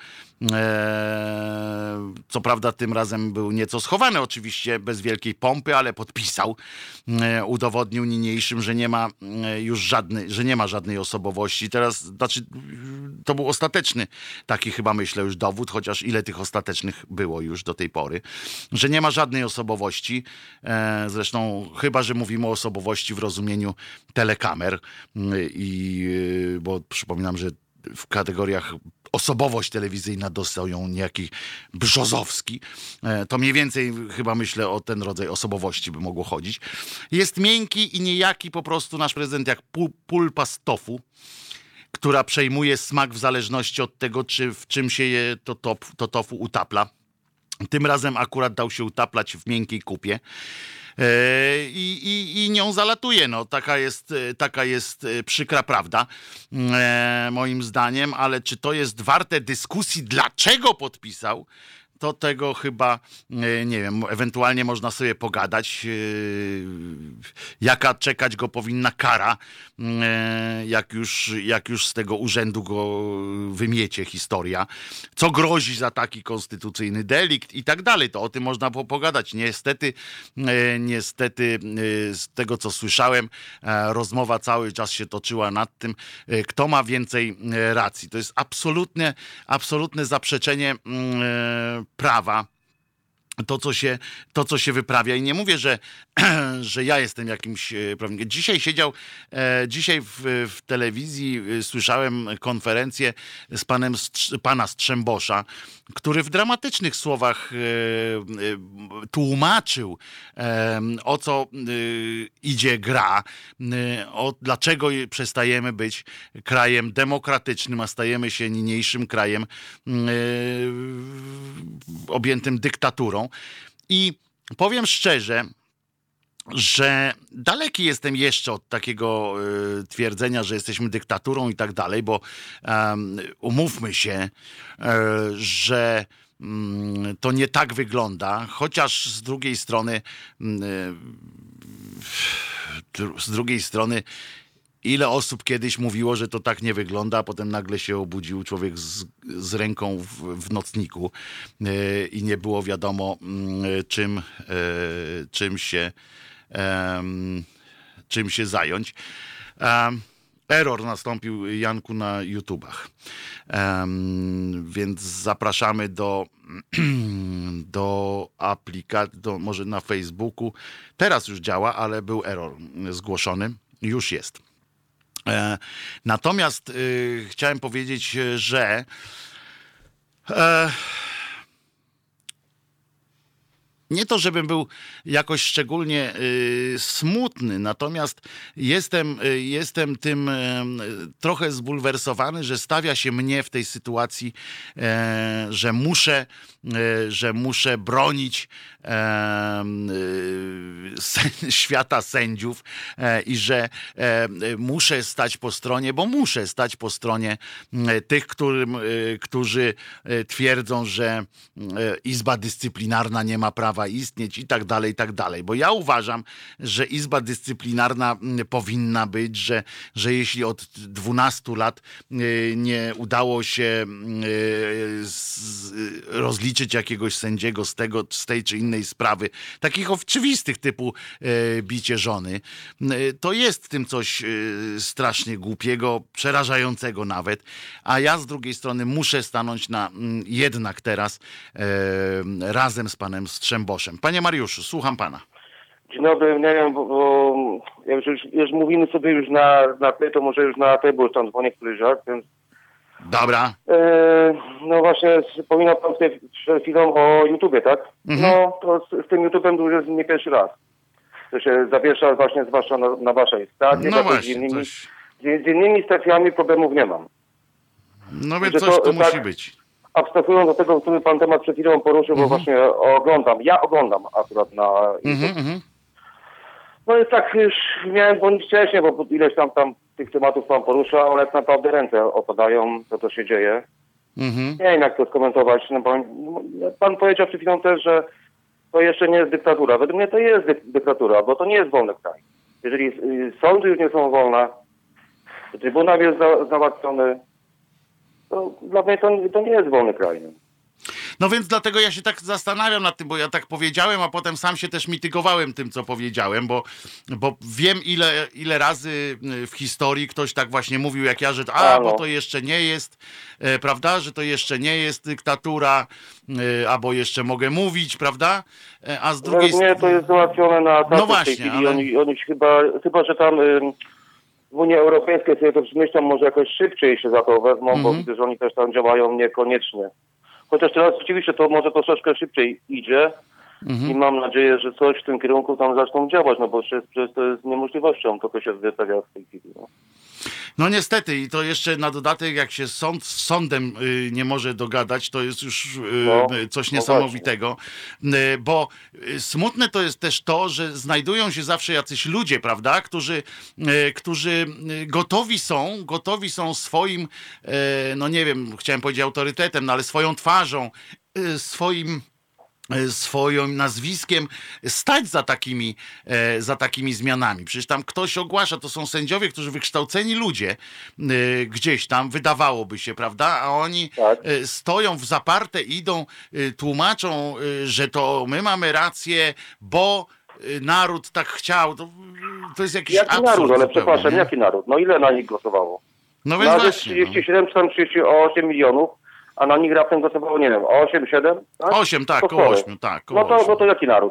S1: Co prawda tym razem był nieco schowany oczywiście, bez wielkiej pompy, ale podpisał. Udowodnił niniejszym, że nie ma już żadnej osobowości. Teraz, znaczy, to był ostateczny taki chyba myślę już dowód, chociaż ile tych ostatecznych było już do tej pory, że nie ma żadnej osobowości. Zresztą chyba, że mówimy o osobowości w rozumieniu telekamer bo przypominam, że w kategoriach osobowość telewizyjna dostał ją niejaki Brzozowski. To mniej więcej chyba myślę o ten rodzaj osobowości by mogło chodzić. Jest miękki i niejaki po prostu nasz prezydent jak pulpa z tofu, która przejmuje smak w zależności od tego, w czym się je to tofu utapla. Tym razem akurat dał się utaplać w miękkiej kupie. I nią zalatuje. No, taka jest przykra prawda, moim zdaniem, ale czy to jest warte dyskusji, dlaczego podpisał, to tego chyba, nie wiem, ewentualnie można sobie pogadać, jaka czekać go powinna kara, jak już z tego urzędu go wymiecie historia, co grozi za taki konstytucyjny delikt i tak dalej, to o tym można pogadać. Niestety z tego, co słyszałem, rozmowa cały czas się toczyła nad tym, kto ma więcej racji. To jest absolutne zaprzeczenie prawa, to, co się wyprawia. I nie mówię, że ja jestem jakimś prawnikiem. Dzisiaj w telewizji słyszałem konferencję z pana Strzembosza, który w dramatycznych słowach tłumaczył, o co idzie gra, dlaczego przestajemy być krajem demokratycznym, a stajemy się niniejszym krajem objętym dyktaturą. I powiem szczerze, że daleki jestem jeszcze od takiego twierdzenia, że jesteśmy dyktaturą i tak dalej, bo umówmy się, że to nie tak wygląda, chociaż z drugiej strony ile osób kiedyś mówiło, że to tak nie wygląda, a potem nagle się obudził człowiek z ręką w nocniku i nie było wiadomo, czym się zająć. Error nastąpił, Janku, na YouTubach. Więc zapraszamy do aplikacji, może na Facebooku. Teraz już działa, ale był error zgłoszony. Już jest. Natomiast chciałem powiedzieć, że Nie to, żebym był jakoś szczególnie smutny, natomiast jestem tym trochę zbulwersowany, że stawia się mnie w tej sytuacji, że muszę bronić świata sędziów i że muszę stać po stronie, bo muszę stać po stronie tych, którzy twierdzą, że Izba Dyscyplinarna nie ma prawa istnieć i tak dalej, i tak dalej. Bo ja uważam, że Izba Dyscyplinarna powinna być, że jeśli od 12 lat nie udało się rozliczyć jakiegoś sędziego z tej czy innej sprawy, takich oczywistych typu bicie żony, to jest w tym coś strasznie głupiego, przerażającego nawet, a ja z drugiej strony muszę stanąć jednak teraz razem z panem Strzemboszem. Panie Mariuszu, słucham pana.
S7: Dzień dobry, nie wiem, bo już mówimy sobie już na ty, to może już na ty, bo już tam dzwonię któryś raz, więc...
S1: Dobra.
S7: No właśnie, wspominał pan przed chwilą o YouTubie, tak? No, to z tym YouTubem to już jest nie pierwszy raz. To się zawiesza właśnie, zwłaszcza na waszej stacji.
S1: No właśnie,
S7: z innymi stacjami problemów nie mam.
S1: No więc coś tu musi być.
S7: Abstrahując do tego, który pan temat przed chwilą poruszył, bo właśnie ja oglądam akurat na YouTube. No i tak już miałem bądź wcześniej, bo ileś tam tych tematów pan porusza, ale naprawdę ręce opadają, co się dzieje. Nie wiem, jak to skomentować. No bo pan powiedział przed chwilą też, że to jeszcze nie jest dyktatura. Według mnie to jest dyktatura, bo to nie jest wolny kraj. Jeżeli sądy już nie są wolne, trybunał jest załatwiony, to dla mnie to nie jest wolny kraj.
S1: No więc dlatego ja się tak zastanawiam nad tym, bo ja tak powiedziałem, a potem sam się też mitygowałem tym, co powiedziałem, bo wiem ile razy w historii ktoś tak właśnie mówił jak ja, że bo to jeszcze nie jest, prawda, że to jeszcze nie jest dyktatura, albo jeszcze mogę mówić, prawda, a z drugiej strony... Nie,
S7: to jest załatwione na
S1: no właśnie,
S7: w tej chwili. Oni chyba, że tam... W Unii Europejskiej sobie to myślą, może jakoś szybciej się za to wezmą, bo widzę, że oni też tam działają niekoniecznie. Chociaż teraz oczywiście to może troszeczkę szybciej idzie i mam nadzieję, że coś w tym kierunku tam zaczną działać, no bo przecież to jest niemożliwością, to się wyprawia w tej chwili.
S1: No niestety i to jeszcze na dodatek, jak się sąd z sądem nie może dogadać, to jest już coś niesamowitego, bo smutne to jest też to, że znajdują się zawsze jacyś ludzie, prawda, którzy gotowi są swoim, no nie wiem, chciałem powiedzieć autorytetem, no ale swoją twarzą, swoim nazwiskiem stać za takimi zmianami. Przecież tam ktoś ogłasza, to są sędziowie, którzy wykształceni ludzie gdzieś tam, wydawałoby się, prawda? A oni stoją w zaparte, idą, tłumaczą, że to my mamy rację, bo naród tak chciał. To jest jakiś absurd.
S7: Jaki naród? Ale
S1: zupełnie,
S7: przepraszam,
S1: nie?
S7: Jaki naród? No ile na nich głosowało?
S1: No więc właśnie.
S7: 37 czy tam 38 milionów, a na nich raptem głosowało, nie wiem, 8, 7? Tak?
S1: 8, tak, koło 8, tak.
S7: No to jaki naród?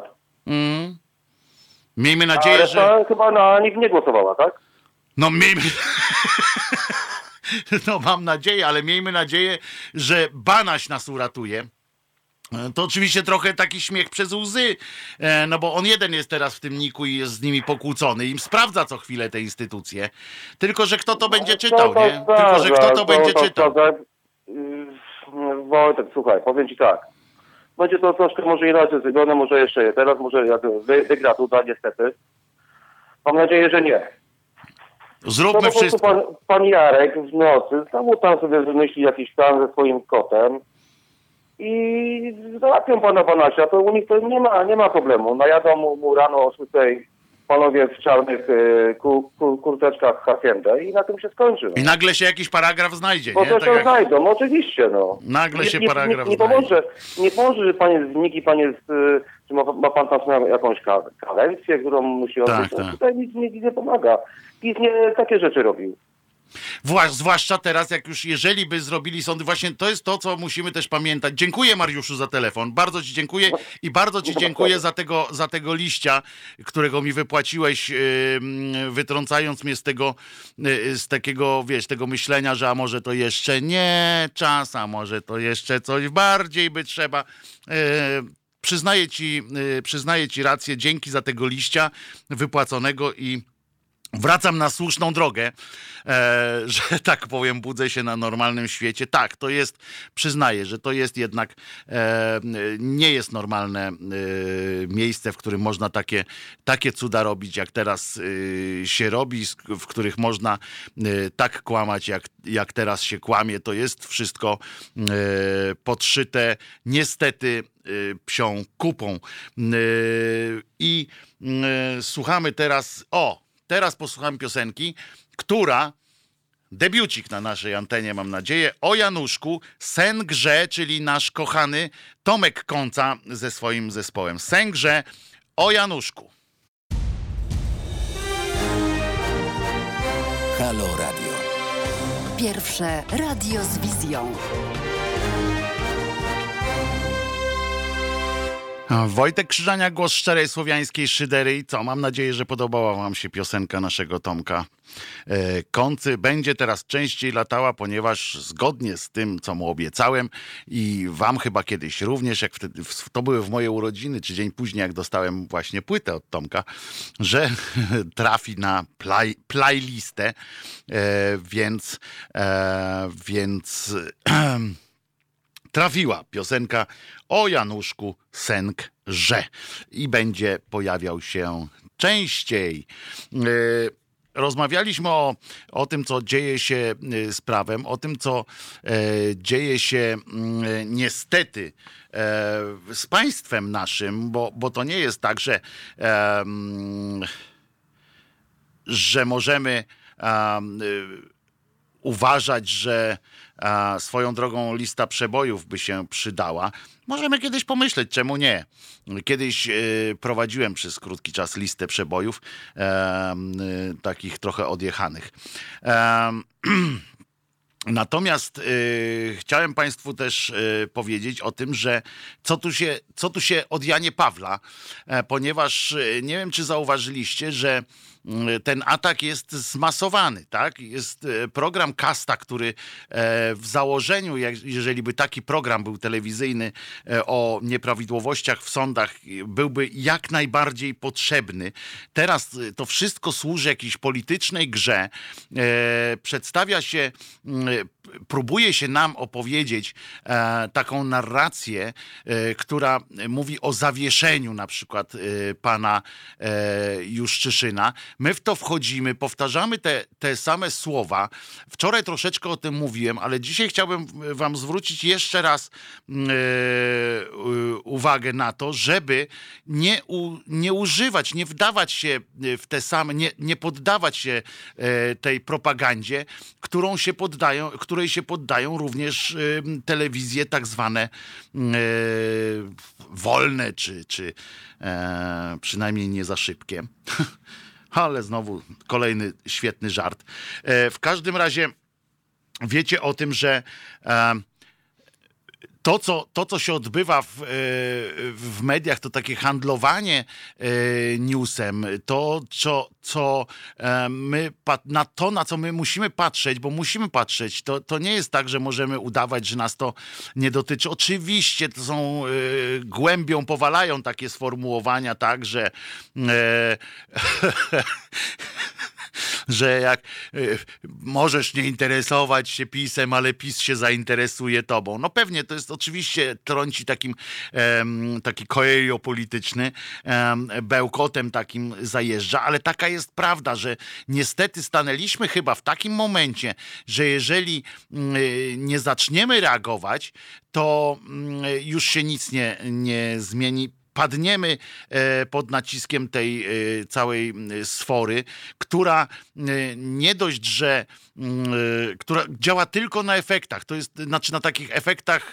S1: Miejmy nadzieję,
S7: że... chyba na nich nie głosowała, tak?
S1: No miejmy... No mam nadzieję, ale miejmy nadzieję, że Banaś nas uratuje. To oczywiście trochę taki śmiech przez łzy, no bo on jeden jest teraz w tym NIK-u i jest z nimi pokłócony. Im sprawdza co chwilę te instytucje. Tylko, że kto to będzie czytał, nie? Tylko, że kto to będzie czytał.
S7: Wojtek, słuchaj, powiem ci tak. Będzie to troszkę może inaczej zrobione, może jeszcze teraz, może jak wygra tutaj niestety. Mam nadzieję, że nie.
S1: Zróbmy wszystko.
S7: Pan Jarek w nocy znowu tam sobie wymyśli jakiś plan ze swoim kotem i załatwią pana Banasia, to u nich to nie ma problemu. Najadą mu rano o 6 panowie w czarnych kurteczkach haciendę i na tym się skończy. No.
S1: I nagle się jakiś paragraf znajdzie,
S7: bo
S1: nie?
S7: to się znajdą, oczywiście, no.
S1: Nagle się paragraf
S7: nie
S1: znajdzie.
S7: Nie pomoże, że pan jest z NIK i pan jest, czy ma pan tam jakąś kadencję, którą musi odbyć.
S1: Tak.
S7: Tutaj nic nie pomaga. PiS nie takie rzeczy robił.
S1: Zwłaszcza teraz, jak już jeżeli by zrobili sądy, właśnie to jest to, co musimy też pamiętać. Dziękuję, Mariuszu, za telefon. Bardzo ci dziękuję i bardzo ci dziękuję za tego liścia, którego mi wypłaciłeś, wytrącając mnie z takiego, wiesz, tego myślenia, że a może to jeszcze nie czas, a może to jeszcze coś bardziej by trzeba. przyznaję ci rację, dzięki za tego liścia wypłaconego i wracam na słuszną drogę, że tak powiem, budzę się na normalnym świecie. Tak, to jest, przyznaję, że to jest jednak, nie jest normalne miejsce, w którym można takie cuda robić, jak teraz się robi, w których można tak kłamać, jak teraz się kłamie. To jest wszystko podszyte niestety psią kupą. I słuchamy teraz, teraz posłuchamy piosenki, która, debiucik na naszej antenie, mam nadzieję, o Januszku, Sen Grze, czyli nasz kochany Tomek Końca ze swoim zespołem. Sen Grze, o Januszku.
S3: Halo Radio.
S4: Pierwsze radio z wizją.
S1: Wojtek Krzyżania, głos szczerej słowiańskiej szydery. I co? Mam nadzieję, że podobała wam się piosenka naszego Tomka Końcy. Będzie teraz częściej latała, ponieważ zgodnie z tym, co mu obiecałem i wam chyba kiedyś również, jak wtedy, to były w moje urodziny, czy dzień później, jak dostałem właśnie płytę od Tomka, że trafi na playlistę, więc trafiła piosenka o Januszku Sęk-Rze i będzie pojawiał się częściej. Rozmawialiśmy o tym, co dzieje się z prawem, o tym, co dzieje się niestety z państwem naszym, bo to nie jest tak, że możemy uważać, że swoją drogą lista przebojów by się przydała. Możemy kiedyś pomyśleć, czemu nie. Kiedyś prowadziłem przez krótki czas listę przebojów, takich trochę odjechanych. Natomiast chciałem Państwu też powiedzieć o tym, że co tu się od Janie Pawla, ponieważ nie wiem, czy zauważyliście, że ten atak jest zmasowany, tak? Jest program Kasta, który w założeniu, jeżeli by taki program był telewizyjny o nieprawidłowościach w sądach, byłby jak najbardziej potrzebny. Teraz to wszystko służy jakiejś politycznej grze. Przedstawia się, próbuje się nam opowiedzieć taką narrację, która mówi o zawieszeniu na przykład pana Juszczyszyna. My w to wchodzimy, powtarzamy te same słowa. Wczoraj troszeczkę o tym mówiłem, ale dzisiaj chciałbym wam zwrócić jeszcze raz uwagę na to, żeby nie używać, nie wdawać się w te same, nie poddawać się tej propagandzie, której się poddają również telewizje tak zwane wolne, czy przynajmniej nie za szybkie. Ale znowu kolejny świetny żart. W każdym razie wiecie o tym, że to, co się odbywa w mediach, to takie handlowanie newsem, na co my musimy patrzeć, bo musimy patrzeć, to nie jest tak, że możemy udawać, że nas to nie dotyczy. Oczywiście to są głębią powalają takie sformułowania, tak, że że jak możesz nie interesować się PiS-em, ale PiS się zainteresuje tobą. No pewnie, to jest oczywiście trąci taki koelio polityczny, bełkotem takim zajeżdża, ale taka jest prawda, że niestety stanęliśmy chyba w takim momencie, że jeżeli nie zaczniemy reagować, to już się nic nie zmieni. Padniemy pod naciskiem tej całej sfory, która nie dość, że która działa tylko na efektach, to jest, znaczy na takich efektach,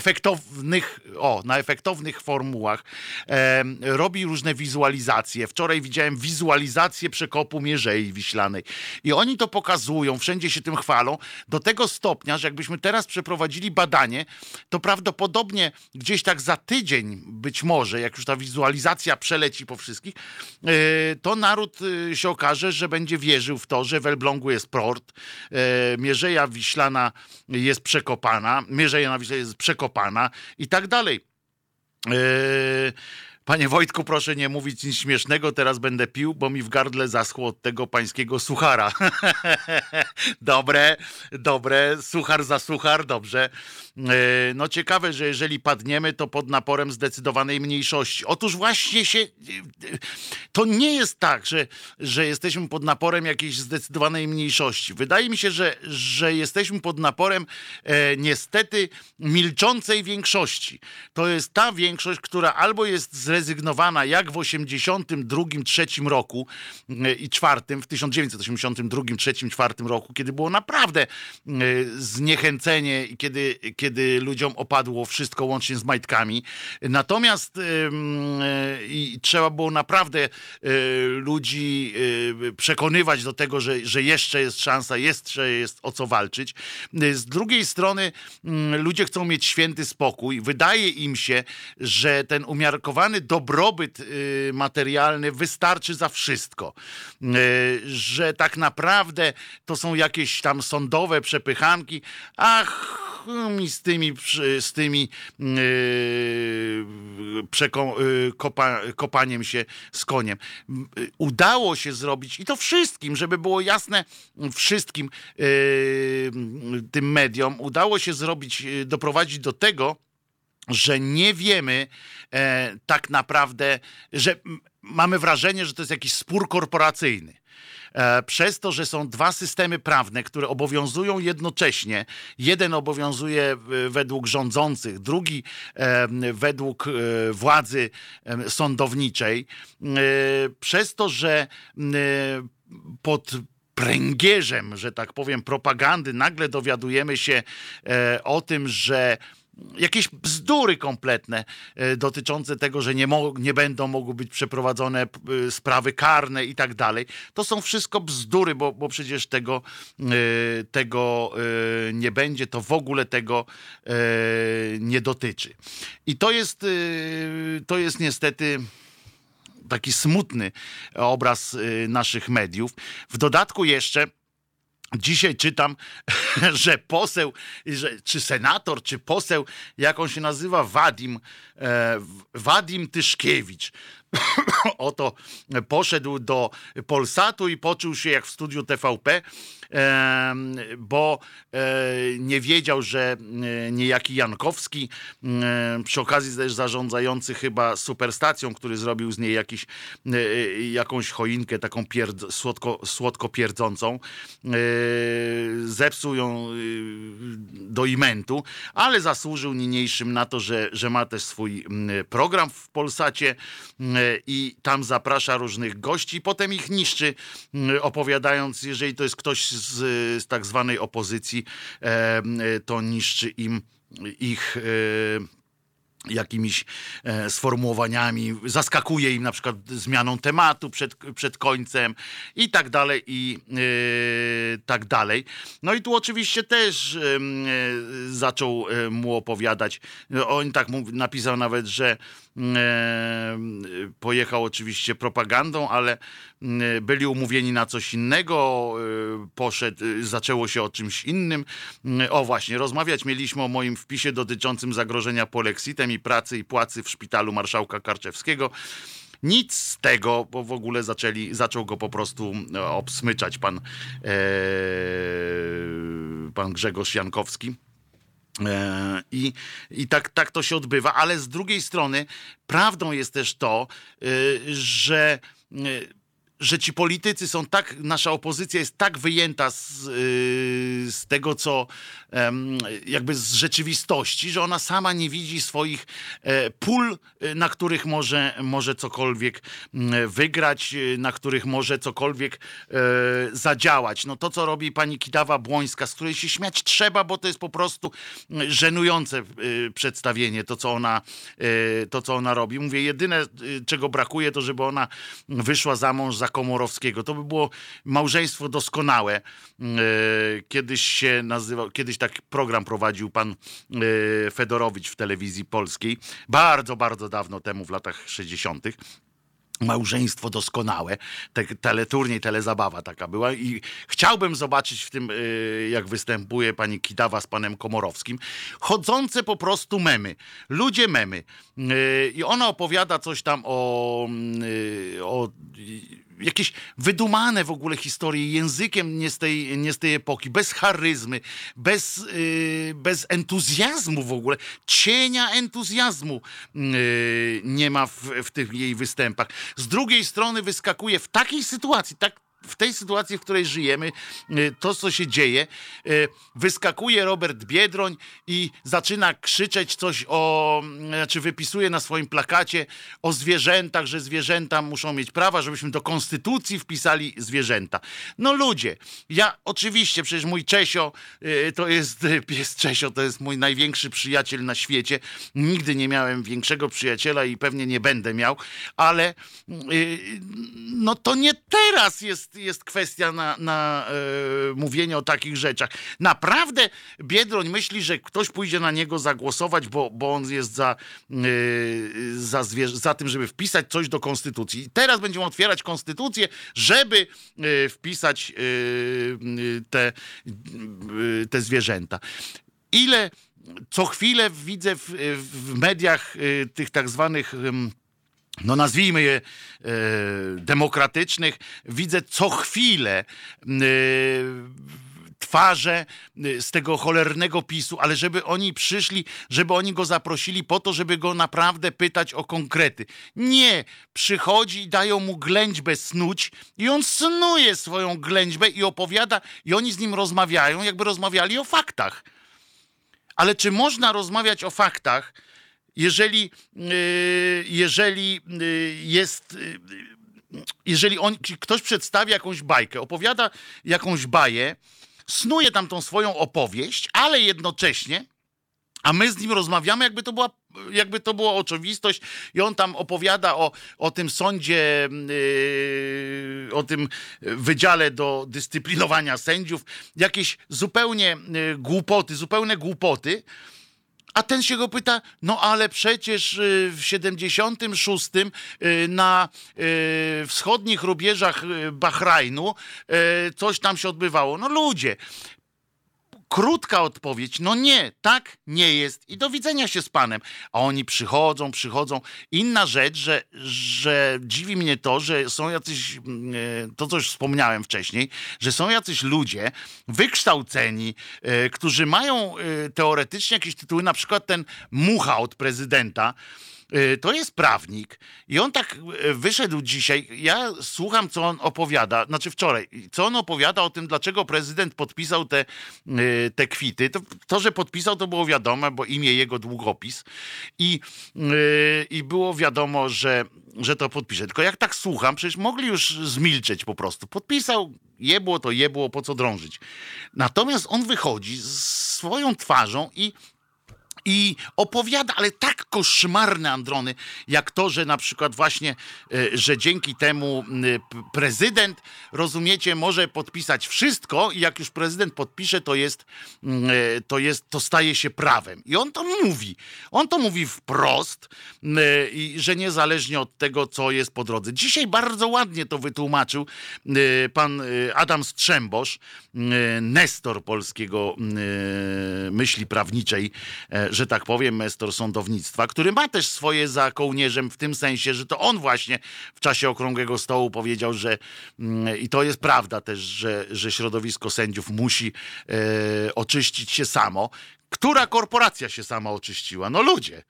S1: na efektownych formułach, robi różne wizualizacje. Wczoraj widziałem wizualizację przekopu Mierzei Wiślanej i oni to pokazują, wszędzie się tym chwalą, do tego stopnia, że jakbyśmy teraz przeprowadzili badanie, to prawdopodobnie gdzieś tak za tydzień być może, jak już ta wizualizacja przeleci po wszystkich, to naród się okaże, że będzie wierzył w to, że w Elblągu jest port, Mierzeja Wiślana jest przekopana, Mierzeja na Wiśle jest przekopana i tak dalej. Panie Wojtku, proszę nie mówić nic śmiesznego, teraz będę pił, bo mi w gardle zaschło od tego pańskiego suchara. Dobre, suchar za suchar, dobrze. No ciekawe, że jeżeli padniemy, to pod naporem zdecydowanej mniejszości. Otóż właśnie to nie jest tak, że jesteśmy pod naporem jakiejś zdecydowanej mniejszości. Wydaje mi się, że jesteśmy pod naporem niestety milczącej większości. To jest ta większość, która albo jest zrezygnowana jak w 1982-1983 roku i czwartym, w 1982-1983-1984 roku, kiedy było naprawdę zniechęcenie i kiedy ludziom opadło wszystko łącznie z majtkami. Natomiast i trzeba było naprawdę ludzi przekonywać do tego, że jeszcze jest szansa, jeszcze jest o co walczyć. Z drugiej strony ludzie chcą mieć święty spokój. Wydaje im się, że ten umiarkowany dobrobyt materialny wystarczy za wszystko. Że tak naprawdę to są jakieś tam sądowe przepychanki. Ach, mi z tymi kopaniem się z koniem. Udało się zrobić, i to wszystkim, żeby było jasne, wszystkim tym mediom, udało się doprowadzić do tego, że nie wiemy tak naprawdę, że mamy wrażenie, że to jest jakiś spór korporacyjny. Przez to, że są dwa systemy prawne, które obowiązują jednocześnie. Jeden obowiązuje według rządzących, drugi według władzy sądowniczej. Przez to, że pod pręgierzem, że tak powiem, propagandy nagle dowiadujemy się o tym, że jakieś bzdury kompletne dotyczące tego, że nie będą mogły być przeprowadzone sprawy karne i tak dalej. To są wszystko bzdury, bo przecież tego nie będzie, to w ogóle tego nie dotyczy. I to jest niestety taki smutny obraz naszych mediów. W dodatku jeszcze dzisiaj czytam, że poseł, czy senator, czy poseł, jak on się nazywa, Wadim Tyszkiewicz, oto poszedł do Polsatu i poczuł się jak w studiu TVP, bo nie wiedział, że niejaki Jankowski, przy okazji też zarządzający chyba superstacją, który zrobił z niej jakąś choinkę taką słodko pierdzącą, zepsuł ją do imentu, ale zasłużył niniejszym na to, że ma też swój program w Polsacie i tam zaprasza różnych gości i potem ich niszczy, opowiadając, jeżeli to jest ktoś z tak zwanej opozycji, to niszczy ich jakimiś sformułowaniami, zaskakuje im na przykład zmianą tematu przed końcem i tak dalej, i tak dalej. No i tu oczywiście też zaczął mu opowiadać, on tak napisał nawet, że pojechał oczywiście propagandą, ale byli umówieni na coś innego, poszedł, zaczęło się o czymś innym. O właśnie, rozmawiać mieliśmy o moim wpisie dotyczącym zagrożenia polexitem i pracy i płacy w szpitalu marszałka Karczewskiego. Nic z tego, bo w ogóle zaczął go po prostu obsmyczać pan Grzegorz Jankowski. I tak to się odbywa, ale z drugiej strony prawdą jest też to, że ci politycy są tak, nasza opozycja jest tak wyjęta z tego, co jakby z rzeczywistości, że ona sama nie widzi swoich pól, na których może cokolwiek wygrać, na których może cokolwiek zadziałać. No to, co robi pani Kidawa-Błońska, z której się śmiać trzeba, bo to jest po prostu żenujące przedstawienie, to, co ona robi. Mówię, jedyne, czego brakuje, to żeby ona wyszła za mąż za Komorowskiego. To by było małżeństwo doskonałe. Kiedyś taki program prowadził pan Fedorowicz w telewizji polskiej. Bardzo, bardzo dawno temu, w latach 60. Małżeństwo doskonałe, teleturniej, telezabawa taka była i chciałbym zobaczyć w tym, jak występuje pani Kidawa z panem Komorowskim, chodzące po prostu memy, ludzie memy i ona opowiada coś tam o jakieś wydumane w ogóle historie, językiem nie z tej epoki, bez charyzmy, bez entuzjazmu w ogóle, cienia entuzjazmu nie ma w tych jej występach. Z drugiej strony wyskakuje w takiej sytuacji, w tej sytuacji, w której żyjemy, to co się dzieje, wyskakuje Robert Biedroń i zaczyna krzyczeć coś znaczy wypisuje na swoim plakacie o zwierzętach, że zwierzęta muszą mieć prawa, żebyśmy do konstytucji wpisali zwierzęta. No ludzie, ja oczywiście, przecież mój Czesio, to jest pies Czesio, to jest mój największy przyjaciel na świecie. Nigdy nie miałem większego przyjaciela i pewnie nie będę miał, ale no to nie teraz jest kwestia na mówienie o takich rzeczach. Naprawdę Biedroń myśli, że ktoś pójdzie na niego zagłosować, bo on jest za tym, żeby wpisać coś do konstytucji. I teraz będziemy otwierać konstytucję, żeby wpisać te zwierzęta. Co chwilę widzę w mediach tych tak zwanych, no nazwijmy je demokratycznych, widzę co chwilę twarze z tego cholernego PiS-u, ale żeby oni przyszli, żeby oni go zaprosili po to, żeby go naprawdę pytać o konkrety. Nie, przychodzi i dają mu ględźbę snuć i on snuje swoją ględźbę i opowiada i oni z nim rozmawiają, jakby rozmawiali o faktach. Ale czy można rozmawiać o faktach, jeżeli ktoś przedstawia jakąś bajkę, opowiada jakąś baję, snuje tam tą swoją opowieść, ale jednocześnie, a my z nim rozmawiamy, jakby to była oczywistość i on tam opowiada o tym sądzie, o tym wydziale do dyscyplinowania sędziów, jakieś zupełne głupoty, a ten się go pyta, no ale przecież w 76 na wschodnich rubieżach Bahrajnu coś tam się odbywało. No ludzie, krótka odpowiedź, no nie, tak nie jest i do widzenia się z panem. A oni przychodzą. Inna rzecz, że dziwi mnie to, że są jacyś, to co już wspomniałem wcześniej, że są jacyś ludzie wykształceni, którzy mają teoretycznie jakieś tytuły, na przykład ten Mucha od prezydenta, to jest prawnik i on tak wyszedł dzisiaj, ja słucham co on opowiada, znaczy wczoraj, co on opowiada o tym, dlaczego prezydent podpisał te kwity. To, że podpisał, to było wiadome, bo imię jego długopis i było wiadomo, że to podpisze. Tylko jak tak słucham, przecież mogli już zmilczeć po prostu. Podpisał, jebło, po co drążyć. Natomiast on wychodzi z swoją twarzą i opowiada, ale tak koszmarne androny, jak to, że na przykład właśnie, że dzięki temu prezydent, rozumiecie, może podpisać wszystko i jak już prezydent podpisze, to staje się prawem. I on to mówi wprost, i że niezależnie od tego, co jest po drodze. Dzisiaj bardzo ładnie to wytłumaczył pan Adam Strzembosz, nestor polskiego myśli prawniczej, że tak powiem, nestor sądownictwa, który ma też swoje za kołnierzem w tym sensie, że to on właśnie w czasie Okrągłego Stołu powiedział, że i to jest prawda też, że środowisko sędziów musi oczyścić się samo. Która korporacja się sama oczyściła? No ludzie.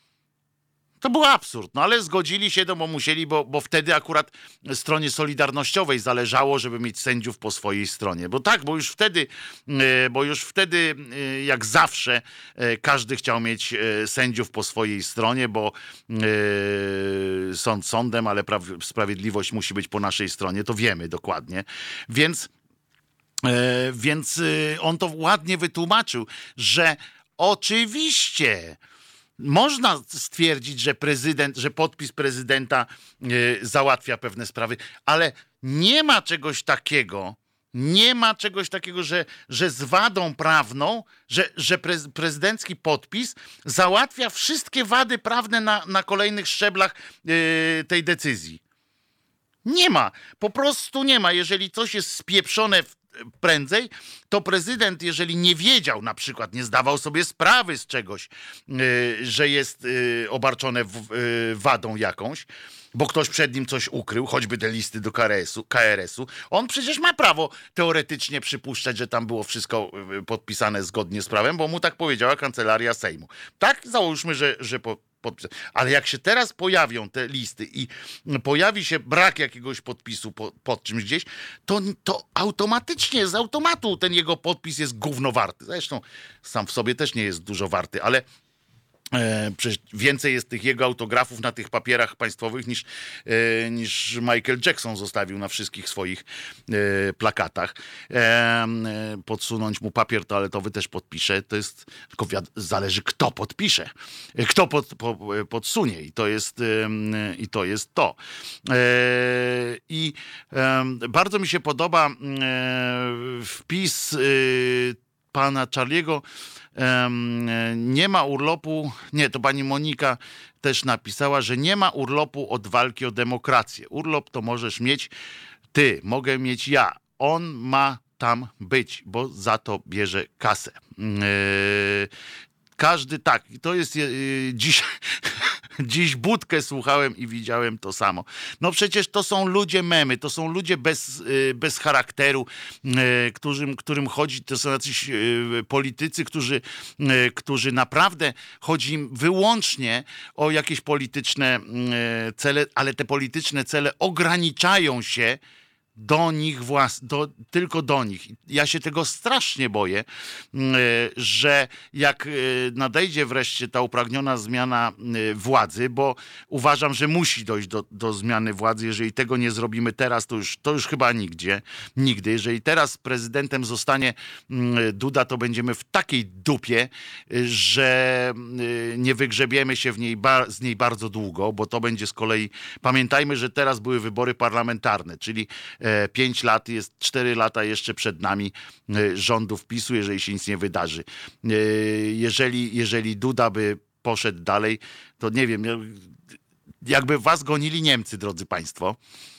S1: To był absurd, no ale zgodzili się, no bo musieli, bo wtedy akurat stronie solidarnościowej zależało, żeby mieć sędziów po swojej stronie. Bo już wtedy jak zawsze każdy chciał mieć sędziów po swojej stronie, bo sąd sądem, ale sprawiedliwość musi być po naszej stronie, to wiemy dokładnie. Więc on to ładnie wytłumaczył, że oczywiście można stwierdzić, że podpis prezydenta załatwia pewne sprawy, ale nie ma czegoś takiego, że z wadą prawną, że prezydencki podpis załatwia wszystkie wady prawne na kolejnych szczeblach tej decyzji. Nie ma, po prostu nie ma. Jeżeli coś jest spieprzone prędzej, to prezydent, jeżeli nie wiedział, na przykład nie zdawał sobie sprawy z czegoś, że jest obarczone wadą jakąś, bo ktoś przed nim coś ukrył, choćby te listy do KRS-u, on przecież ma prawo teoretycznie przypuszczać, że tam było wszystko podpisane zgodnie z prawem, bo mu tak powiedziała Kancelaria Sejmu. Tak? Załóżmy, że ale jak się teraz pojawią te listy i pojawi się brak jakiegoś podpisu pod czymś gdzieś, to automatycznie, z automatu ten jego podpis jest gówno warty. Zresztą sam w sobie też nie jest dużo warty, ale przecież więcej jest tych jego autografów na tych papierach państwowych niż Michael Jackson zostawił na wszystkich swoich plakatach. Podsunąć mu papier toaletowy też podpisze. To jest, tylko zależy kto podpisze, kto podsunie i to jest to. I bardzo mi się podoba wpis pana Charliego. Nie ma urlopu, nie, to pani Monika też napisała, że nie ma urlopu od walki o demokrację. Urlop to możesz mieć ty, mogę mieć ja. On ma tam być, bo za to bierze kasę. Każdy tak, to jest dziś Budkę słuchałem i widziałem to samo. No przecież to są ludzie memy, to są ludzie bez charakteru, którym chodzi, to są jacyś politycy, którzy naprawdę chodzi im wyłącznie o jakieś polityczne cele, ale te polityczne cele ograniczają się do nich tylko do nich. Ja się tego strasznie boję, że jak nadejdzie wreszcie ta upragniona zmiana władzy, bo uważam, że musi dojść do zmiany władzy, jeżeli tego nie zrobimy teraz, to już chyba nigdy. Jeżeli teraz prezydentem zostanie Duda, to będziemy w takiej dupie, że nie wygrzebiemy się z niej bardzo długo, bo to będzie z kolei, pamiętajmy, że teraz były wybory parlamentarne, czyli 5 lat, jest 4 lata jeszcze przed nami rządów PiS-u, jeżeli się nic nie wydarzy. Jeżeli Duda by poszedł dalej, to nie wiem, jakby was gonili Niemcy, drodzy państwo,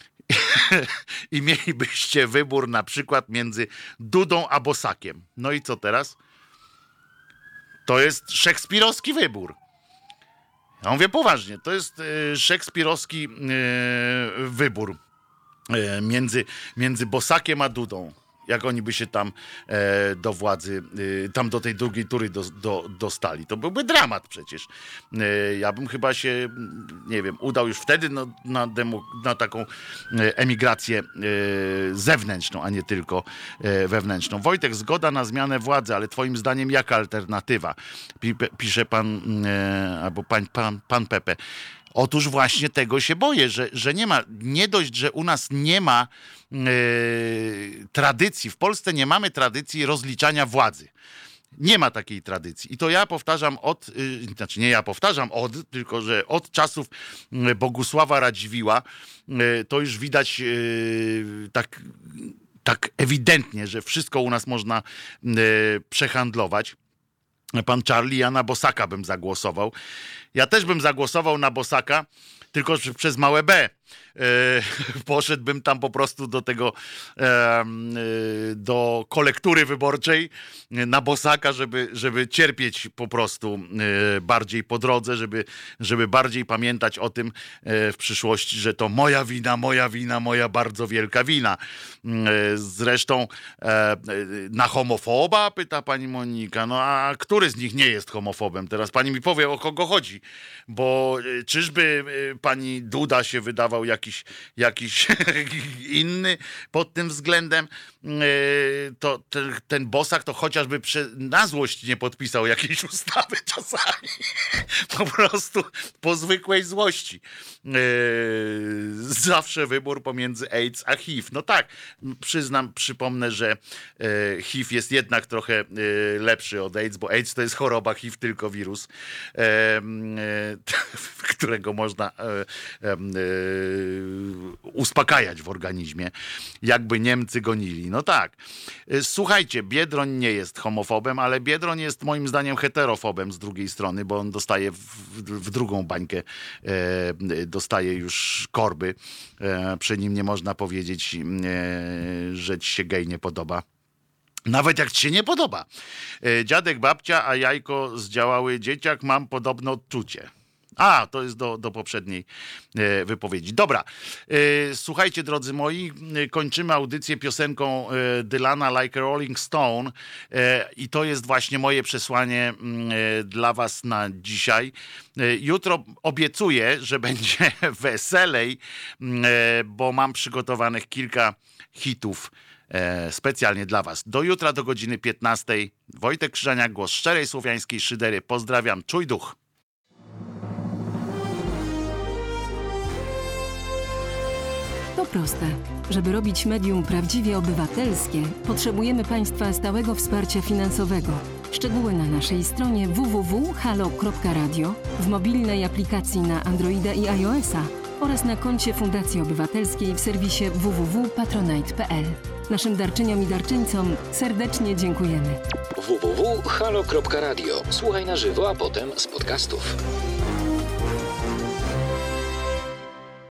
S1: i mielibyście wybór na przykład między Dudą a Bosakiem. No i co teraz? To jest szekspirowski wybór. Ja mówię poważnie, to jest szekspirowski wybór między Bosakiem a Dudą. Jak oni by się tam do władzy, tam do tej drugiej tury dostali. To byłby dramat przecież. Ja bym chyba się, nie wiem, udał już wtedy na taką emigrację zewnętrzną, a nie tylko wewnętrzną. Wojtek, zgoda na zmianę władzy, ale twoim zdaniem jaka alternatywa? Pisze pan, albo pan Pepe. Otóż właśnie tego się boję, że nie ma, nie dość, że u nas nie ma tradycji, w Polsce nie mamy tradycji rozliczania władzy. Nie ma takiej tradycji. I to ja powtarzam tylko że od czasów Bogusława Radziwiłła to już widać tak ewidentnie, że wszystko u nas można przehandlować. Pan Charlie, ja na Bosaka bym zagłosował. Ja też bym zagłosował na Bosaka, tylko przez małe B. Poszedłbym tam po prostu do kolektury wyborczej na Bosaka, żeby cierpieć po prostu bardziej po drodze, żeby bardziej pamiętać o tym w przyszłości, że to moja wina, moja bardzo wielka wina. Zresztą na homofoba, pyta pani Monika, no a który z nich nie jest homofobem? Teraz pani mi powie, o kogo chodzi, bo czyżby pani Duda się wydawał jakiś inny pod tym względem, to ten Bosak to chociażby na złość nie podpisał jakiejś ustawy czasami. Po prostu po zwykłej złości. Zawsze wybór pomiędzy AIDS a HIV. No tak, przypomnę, że HIV jest jednak trochę lepszy od AIDS, bo AIDS to jest choroba, HIV tylko wirus, którego można uspokajać w organizmie, jakby Niemcy gonili. No tak. Słuchajcie, Biedroń nie jest homofobem, ale Biedroń jest moim zdaniem heterofobem z drugiej strony, bo on dostaje w drugą bańkę, dostaje już korby. Przy nim nie można powiedzieć, że ci się gej nie podoba. Nawet jak ci się nie podoba. Dziadek, babcia, a jajko zdziałały dzieciak, mam podobne odczucie. A, to jest do poprzedniej wypowiedzi. Dobra, słuchajcie drodzy moi, kończymy audycję piosenką Dylana Like a Rolling Stone i to jest właśnie moje przesłanie dla was na dzisiaj. Jutro obiecuję, że będzie weselej, bo mam przygotowanych kilka hitów specjalnie dla was. Do jutra do godziny 15. Wojtek Krzyżaniak, głos szczerej słowiańskiej szydery. Pozdrawiam, czuj duch.
S4: To proste. Żeby robić medium prawdziwie obywatelskie, potrzebujemy Państwa stałego wsparcia finansowego. Szczegóły na naszej stronie www.halo.radio, w mobilnej aplikacji na Androida i iOS-a oraz na koncie Fundacji Obywatelskiej w serwisie www.patronite.pl. Naszym darczyniom i darczyńcom serdecznie dziękujemy.
S8: www.halo.radio. Słuchaj na żywo, a potem z podcastów.